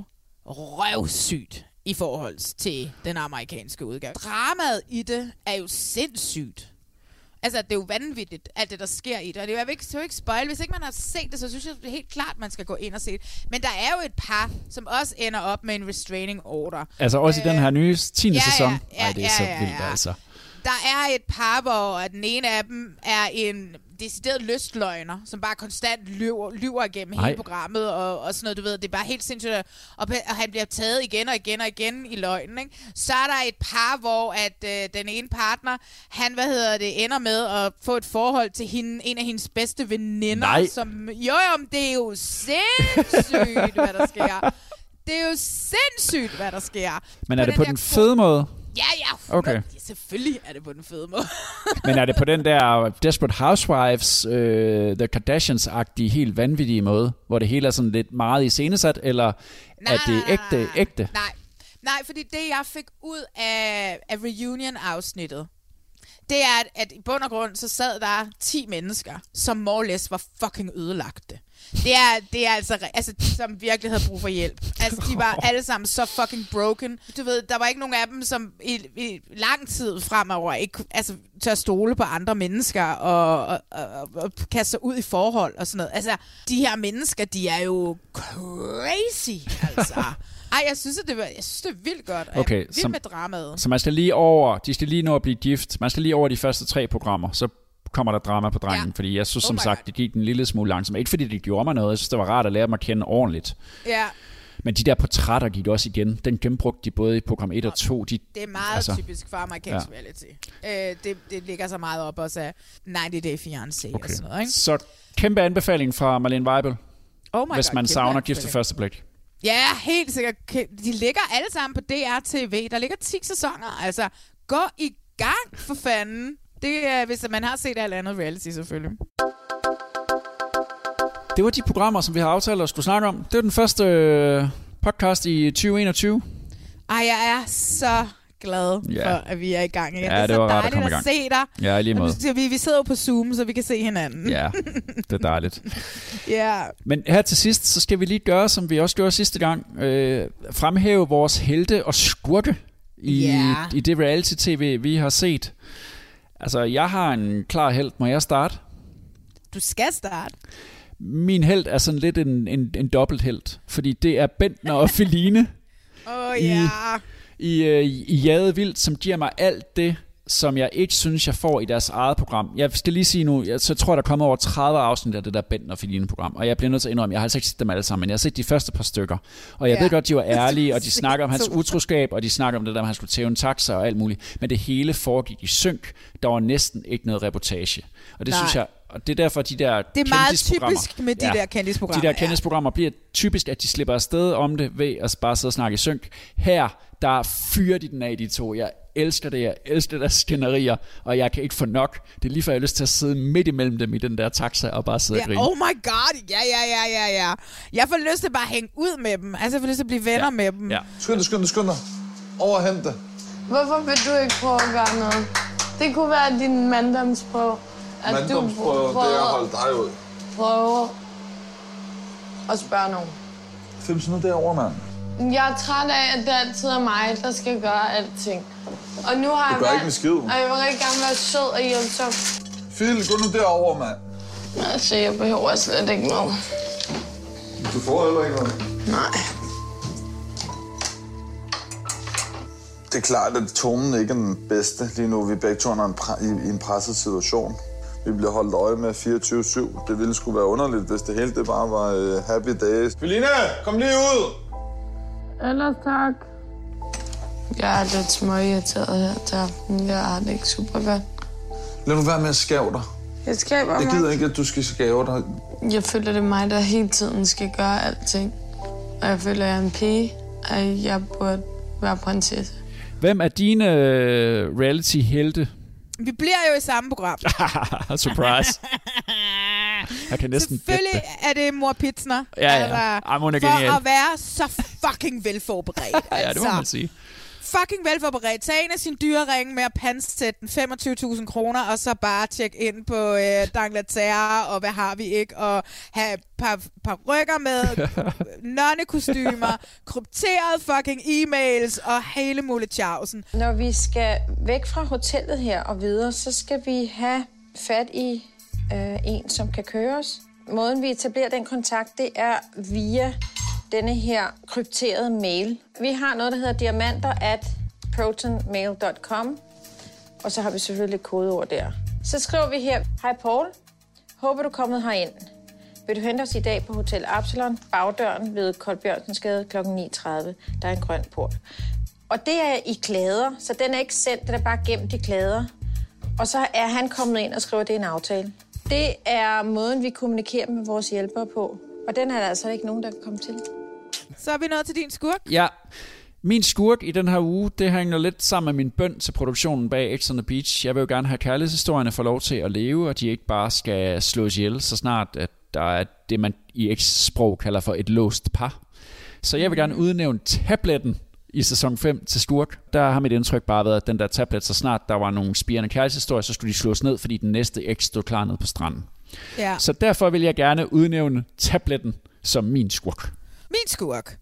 røvsygt i forhold til den amerikanske udgave. Dramaet i det er jo sindssygt. Altså, det er jo vanvittigt, alt det, der sker i det. Og det er jo ikke, så ikke spoil. Hvis ikke man har set det, så synes jeg det er helt klart, man skal gå ind og se det. Men der er jo et par, som også ender op med en restraining order. Altså også øh, i den her nye tiende ja, sæson? Ja, ja, Ej, det er ja, så ja, ja, vildt, ja. altså. Der er et par, hvor den ene af dem er en decideret lystløgner, som bare konstant lyver, lyver igennem Ej. hele programmet, og, og sådan noget, du ved. Det er bare helt sindssygt, og, og han bliver taget igen og igen og igen i løgnen, ikke? Så er der et par, hvor at øh, den ene partner, han, hvad hedder det, ender med at få et forhold til hende, en af hendes bedste veninder. Nej. Som, jo, jo, det er jo sindssygt, hvad der sker. Det er jo sindssygt, hvad der sker. Men er på det på den, den fede måde? Ja, ja. Okay. Selvfølgelig er det på den fede måde. Men er det på den der Desperate Housewives, øh, The Kardashians-agtige, helt vanvittige måde, hvor det hele er sådan lidt meget iscenesat, eller nej, er det ægte, ægte? Nej, nej, fordi det, jeg fik ud af, af reunion-afsnittet, det er, at, at i bund og grund, så sad der ti mennesker, som more or less var fucking ødelagte. Det er, det er altså, altså, som virkelig havde brug for hjælp. Altså, de var alle sammen så fucking broken. Du ved, der var ikke nogen af dem, som i, i lang tid fremover ikke altså, tør stole på andre mennesker og, og, og, og kaste sig ud i forhold og sådan noget. Altså, de her mennesker, de er jo crazy, altså. Ej, jeg synes, det, var, jeg synes, det er vildt godt. Og Okay, jeg er vild som, med dramaet. så man skal lige over, de skal lige nå at blive gift. Man skal lige over de første tre programmer, så kommer der drama på drengen, ja. Fordi jeg synes oh som sagt, God. Det gik en lille smule langsomt. Ikke fordi det gjorde mig noget, jeg synes, det var rart at lære mig at kende ordentligt. Ja. Men de der portrætter gik også igen. Den gennembrugte de både i program et og to. De, det er meget altså, typisk for amerikansk ja. reality. Øh, det, det ligger så meget op også af ninety Day Fiancé okay. og sådan noget. Ikke? Så kæmpe anbefaling fra Marlene Weibel, oh my hvis God, man savner Gift ved første blik. Ja, helt sikkert. De ligger alle sammen på D R T V. Der ligger ti sæsoner. Altså, gå i gang for fanden. Det er, hvis man har set alt andet reality, selvfølgelig. Det var de programmer, som vi har aftalt at skulle snakke om. Det var den første podcast i tyve enogtyve. Ej, jeg er så glad ja. for, at vi er i gang igen. Ja, det, det er så så dejligt dejligt at, at se dig. Ja, lige måde. Vi, vi sidder jo på Zoom, så vi kan se hinanden. Ja, det er dejligt. Ja. Men her til sidst, så skal vi lige gøre, som vi også gjorde sidste gang. Øh, fremhæve vores helte og skurke i, yeah. i det reality-tv, vi har set. Altså, jeg har en klar helt. Må jeg starte? Du skal starte. Min helt er sådan lidt en, en, en dobbelt helt, fordi det er Bendtner og Feline oh, ja. i, i, i Jade Vildt, som giver mig alt det, som jeg ikke synes, jeg får i deres eget program. Jeg skal lige sige nu, jeg, så tror jeg, der kommer over tredive afsnit af det der Bendtner og Feline-program, og jeg bliver nødt til at indrømme, jeg har altså ikke set dem alle sammen, men jeg har set de første par stykker, og jeg ja. ved godt, de var ærlige, og de snakker om hans utroskab, og de snakker om det der, at han skulle tæve en taxa og alt muligt, men det hele foregik i synk. Der var næsten ikke noget reportage, og det Nej. synes jeg, og det er derfor, de der det er meget typisk med de ja, der kendisprogrammer. De der kendisprogrammer ja. bliver typisk, at de slipper afsted om det ved at bare sidde og snakke i synk. Her, der fyrer de den af, de to. Jeg elsker det, jeg elsker deres skænderier, og jeg kan ikke få nok. Det er lige før, jeg har lyst til at sidde midt imellem dem i den der taxa og bare sidde ja, og grine. Oh my god, ja, ja, ja, ja, ja. Jeg får lyst til bare at hænge ud med dem. Altså, jeg får lyst til at blive venner ja. med dem. Ja. Skynd dig, skynd dig, skynd dig. Over og hente det. Hvorfor vil du ikke prøve at gøre noget? Det kunne være din manddomsprøve. Manddomsprøve, det er at holde dig ud. Prøve at spørge nogen. Fims nu derovre, mand. Jeg er træt af, at det altid er mig, der skal gøre alting. Og nu har du jeg gør valgt, ikke med skid. Og jeg vil rigtig gerne være sød og hjælpsom. Phil, gå nu derover, mand. Altså, jeg behøver slet ikke noget. Du får heller ikke noget. Nej. Det er klart, at tonen ikke er den bedste lige nu. Vi begge to er i en presset situation. Vi bliver holdt øje med fireogtyve syv. Det ville sgu være underligt, hvis det hele det bare var uh, happy days. Feline, kom lige ud! Ellers tak. Jeg er lidt småirriteret her til aften. Jeg har det ikke super godt. Lad nu være med at skæve dig. Jeg skæver mig. Jeg gider ikke, at du skal skæve dig. Jeg føler, det er mig, der hele tiden skal gøre alting. Og jeg føler, at jeg er en pige, og jeg burde være prinsesse. Hvem er dine uh, reality-helte? Vi bliver jo i samme program. Surprise. Jeg kan næsten selvfølgelig er det Mor Pitsner. Ja, ja. Altså, Ej, hun er for genial. at være så fucking velforberedt. Altså. Ja, det må man sige. Fucking velforberedt. Tag en af sine dyre ringe med at pantsætte den femogtyve tusind kroner, og så bare tjekke ind på øh, D'Angleterre, og hvad har vi ikke, og have par, par rykker med, nonnekostymer, krypteret fucking e-mails, og hele mulige tjavsen. Når vi skal væk fra hotellet her og videre, så skal vi have fat i øh, en, som kan køres. Måden, vi etablerer den kontakt, det er via denne her krypterede mail. Vi har noget, der hedder diamanter at protonmail punktum com, og så har vi selvfølgelig et kodeord der. Så skriver vi her, hej Paul, håber du er kommet herind. Vil du hente os i dag på Hotel Absalon, bagdøren ved Koldbjørnsensgade klokken ni tredive. Der er en grøn port. Og det er i klæder, så den er ikke sendt, den er bare gemt i klæder. Og så er han kommet ind og skriver, at det er en aftale. Det er måden, vi kommunikerer med vores hjælpere på. Og den er der altså ikke nogen, der kan komme til. Så er vi nået til din skurk. Ja, min skurk i den her uge, det hænger lidt sammen med min bøn til produktionen bag X on the Beach. Jeg vil jo gerne have kærlighedshistorierne få lov til at leve, og de ikke bare skal slås ihjel, så snart at der er det, man i X-sprog kalder for et låst par. Så jeg vil gerne udnævne tabletten i sæson fem til skurk. Der har mit indtryk bare været, at den der tablet, så snart der var nogle spirende kærlighedshistorier, så skulle de slås ned, fordi den næste X stod klar ned på stranden. Ja. Så derfor vil jeg gerne udnævne tabletten som min skurk. Min skurk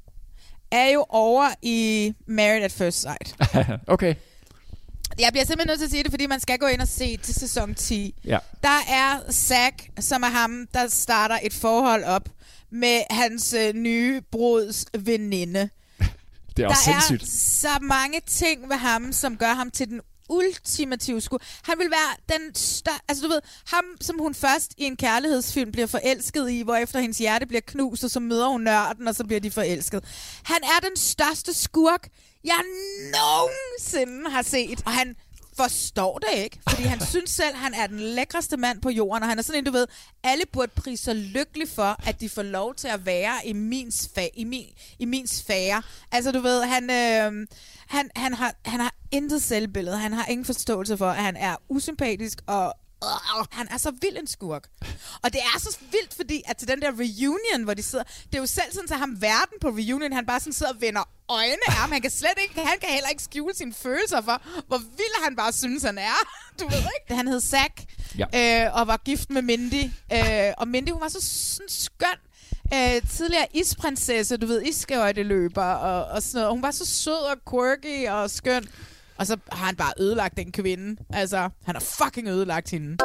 er jo over i Married at First Sight. Okay. Jeg bliver simpelthen nødt til at sige det, fordi man skal gå ind og se til sæson ti. Ja. Der er Zack, som er ham, der starter et forhold op med hans øh, nye bruds veninde. Det er også der sindssygt. Der er så mange ting ved ham, som gør ham til den ultimative skurk. Han vil være den største... Altså du ved, ham som hun først i en kærlighedsfilm bliver forelsket i, hvorefter hendes hjerte bliver knust, og så møder hun nørden, og så bliver de forelsket. Han er den største skurk, jeg nogensinde har set. Og han forstår det ikke, fordi han synes selv, han er den lækreste mand på jorden, og han er sådan en, du ved, alle burde prise sig lykkelig for, at de får lov til at være i min, sfa- i min, i min sfære. Altså du ved, han, øh, han, han, har, han har intet selvbillede, han har ingen forståelse for, at han er usympatisk, og øh, han er så vild en skurk. Og det er så vildt, fordi at til den der reunion, hvor de sidder, det er jo selv sådan, at ham verden på reunion, han bare sådan sidder og vender øjne af ham. Han kan slet ikke, han kan heller ikke skjule sine følelser for, hvor vild han bare synes, han er. Du ved ikke? Han hed Zack, ja. øh, og var gift med Mindy. Øh, og Mindy, hun var så sådan skøn. Øh, tidligere isprinsesse, du ved, isskøjteløber og, og sådan noget. Hun var så sød og quirky og skøn. Og så har han bare ødelagt den kvinde. Altså, han har fucking ødelagt hende.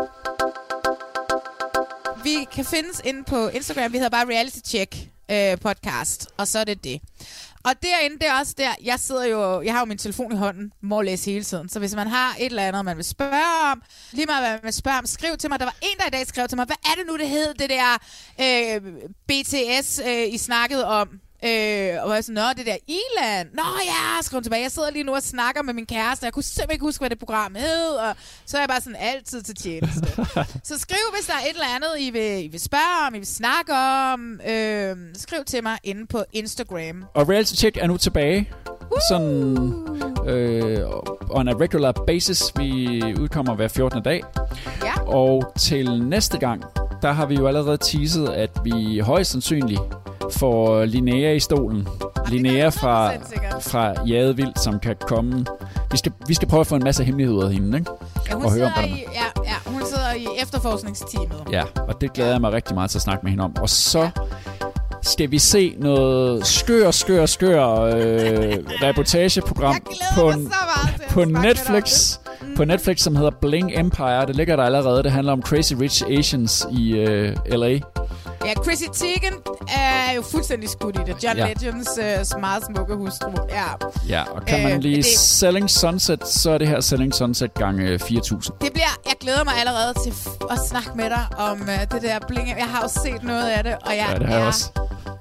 Vi kan findes inde på Instagram. Vi hedder bare Reality Check øh, podcast. Og så er det det. Og derinde, det er også der, jeg sidder jo, jeg har jo min telefon i hånden, more or less hele tiden. Så hvis man har et eller andet, man vil spørge om, lige meget hvad man vil spørge om, skriv til mig. Der var en, der i dag skrev til mig, hvad er det nu, det hed, det der øh, B T S, øh, I snakkede om? Øh, og jeg sådan, nå, det der Iland. Nå ja, skrev tilbage. Jeg sidder lige nu og snakker med min kæreste. Jeg kunne simpelthen ikke huske, hvad det program hed. Og så er jeg bare sådan altid til tjeneste. Så skriv, hvis der er et eller andet, I vil, I vil spørge om, I vil snakke om. Øh, skriv til mig inde på Instagram. Og Reality Check er nu tilbage. Uh! Sådan øh, on a regular basis. Vi udkommer hver fjortende dag. Ja. Og til næste gang, der har vi jo allerede teaset, at vi højst sandsynligt får Linnea i stolen. Linnea fra, fra Jadevild, som kan komme. Vi skal, vi skal prøve at få en masse hemmeligheder af hende, ikke? Ja, hun, og sidder høre om i, ja, ja, hun sidder i efterforskningsteamet. Ja, og det glæder jeg mig rigtig meget til at snakke med hende om. Og så skal vi se noget skør, skør, skør øh, reportageprogram på, på Netflix. Mm. På Netflix, som hedder Bling Empire. Det ligger der allerede. Det handler om Crazy Rich Asians i øh, L A. Ja, Chrissy Teigen er jo fuldstændig skudt i det. John ja. Legends uh, meget smukke hustru. Ja, ja, og kan man lige øh, det, Selling Sunset, så er det her Selling Sunset gange fire tusind. Det bliver, jeg glæder mig allerede til at snakke med dig om uh, det der Bling. Jeg har jo set noget af det, og jeg ja, det har er jeg også.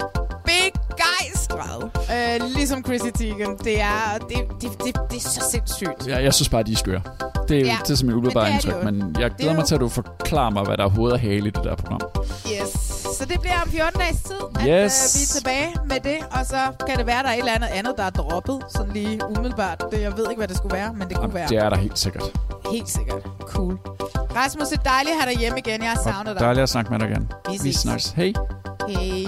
begejstret. Uh, ligesom Chrissy Teigen. Det er, det, det, det, det er så sindssygt. Ja, jeg synes bare, de er skøre. Det er, ja, det er som et umiddelbart indtryk, men jeg glæder mig til, at du forklarer mig, hvad der er hoved og hale i det der program. Yes. Så det bliver om fjorten dages tid, at yes. øh, vi er tilbage med det. Og så kan det være, at der er et eller andet andet, der er droppet. Sådan lige umiddelbart. Det, jeg ved ikke, hvad det skulle være, men det kunne Jamen, være. Det er der helt sikkert. Helt sikkert. Cool. Rasmus, det er dejligt at have dig hjemme igen. Jeg har savnet dig. Dejligt at snakke med dig igen. Vi, vi snakkes. Hej. Hej.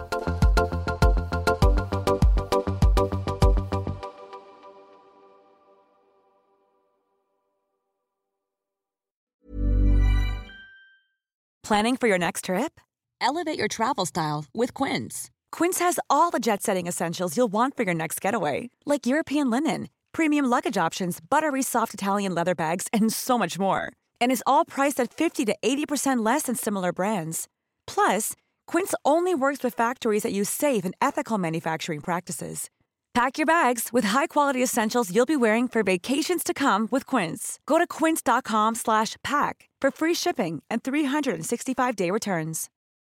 Planning for your next trip? Elevate your travel style with Quince. Quince has all the jet-setting essentials you'll want for your next getaway, like European linen, premium luggage options, buttery soft Italian leather bags, and so much more. And is all priced at fifty to eighty percent less than similar brands. Plus, Quince only works with factories that use safe and ethical manufacturing practices. Pack your bags with high-quality essentials you'll be wearing for vacations to come with Quince. Go to quince dot com slash pack for free shipping and three hundred sixty-five day returns.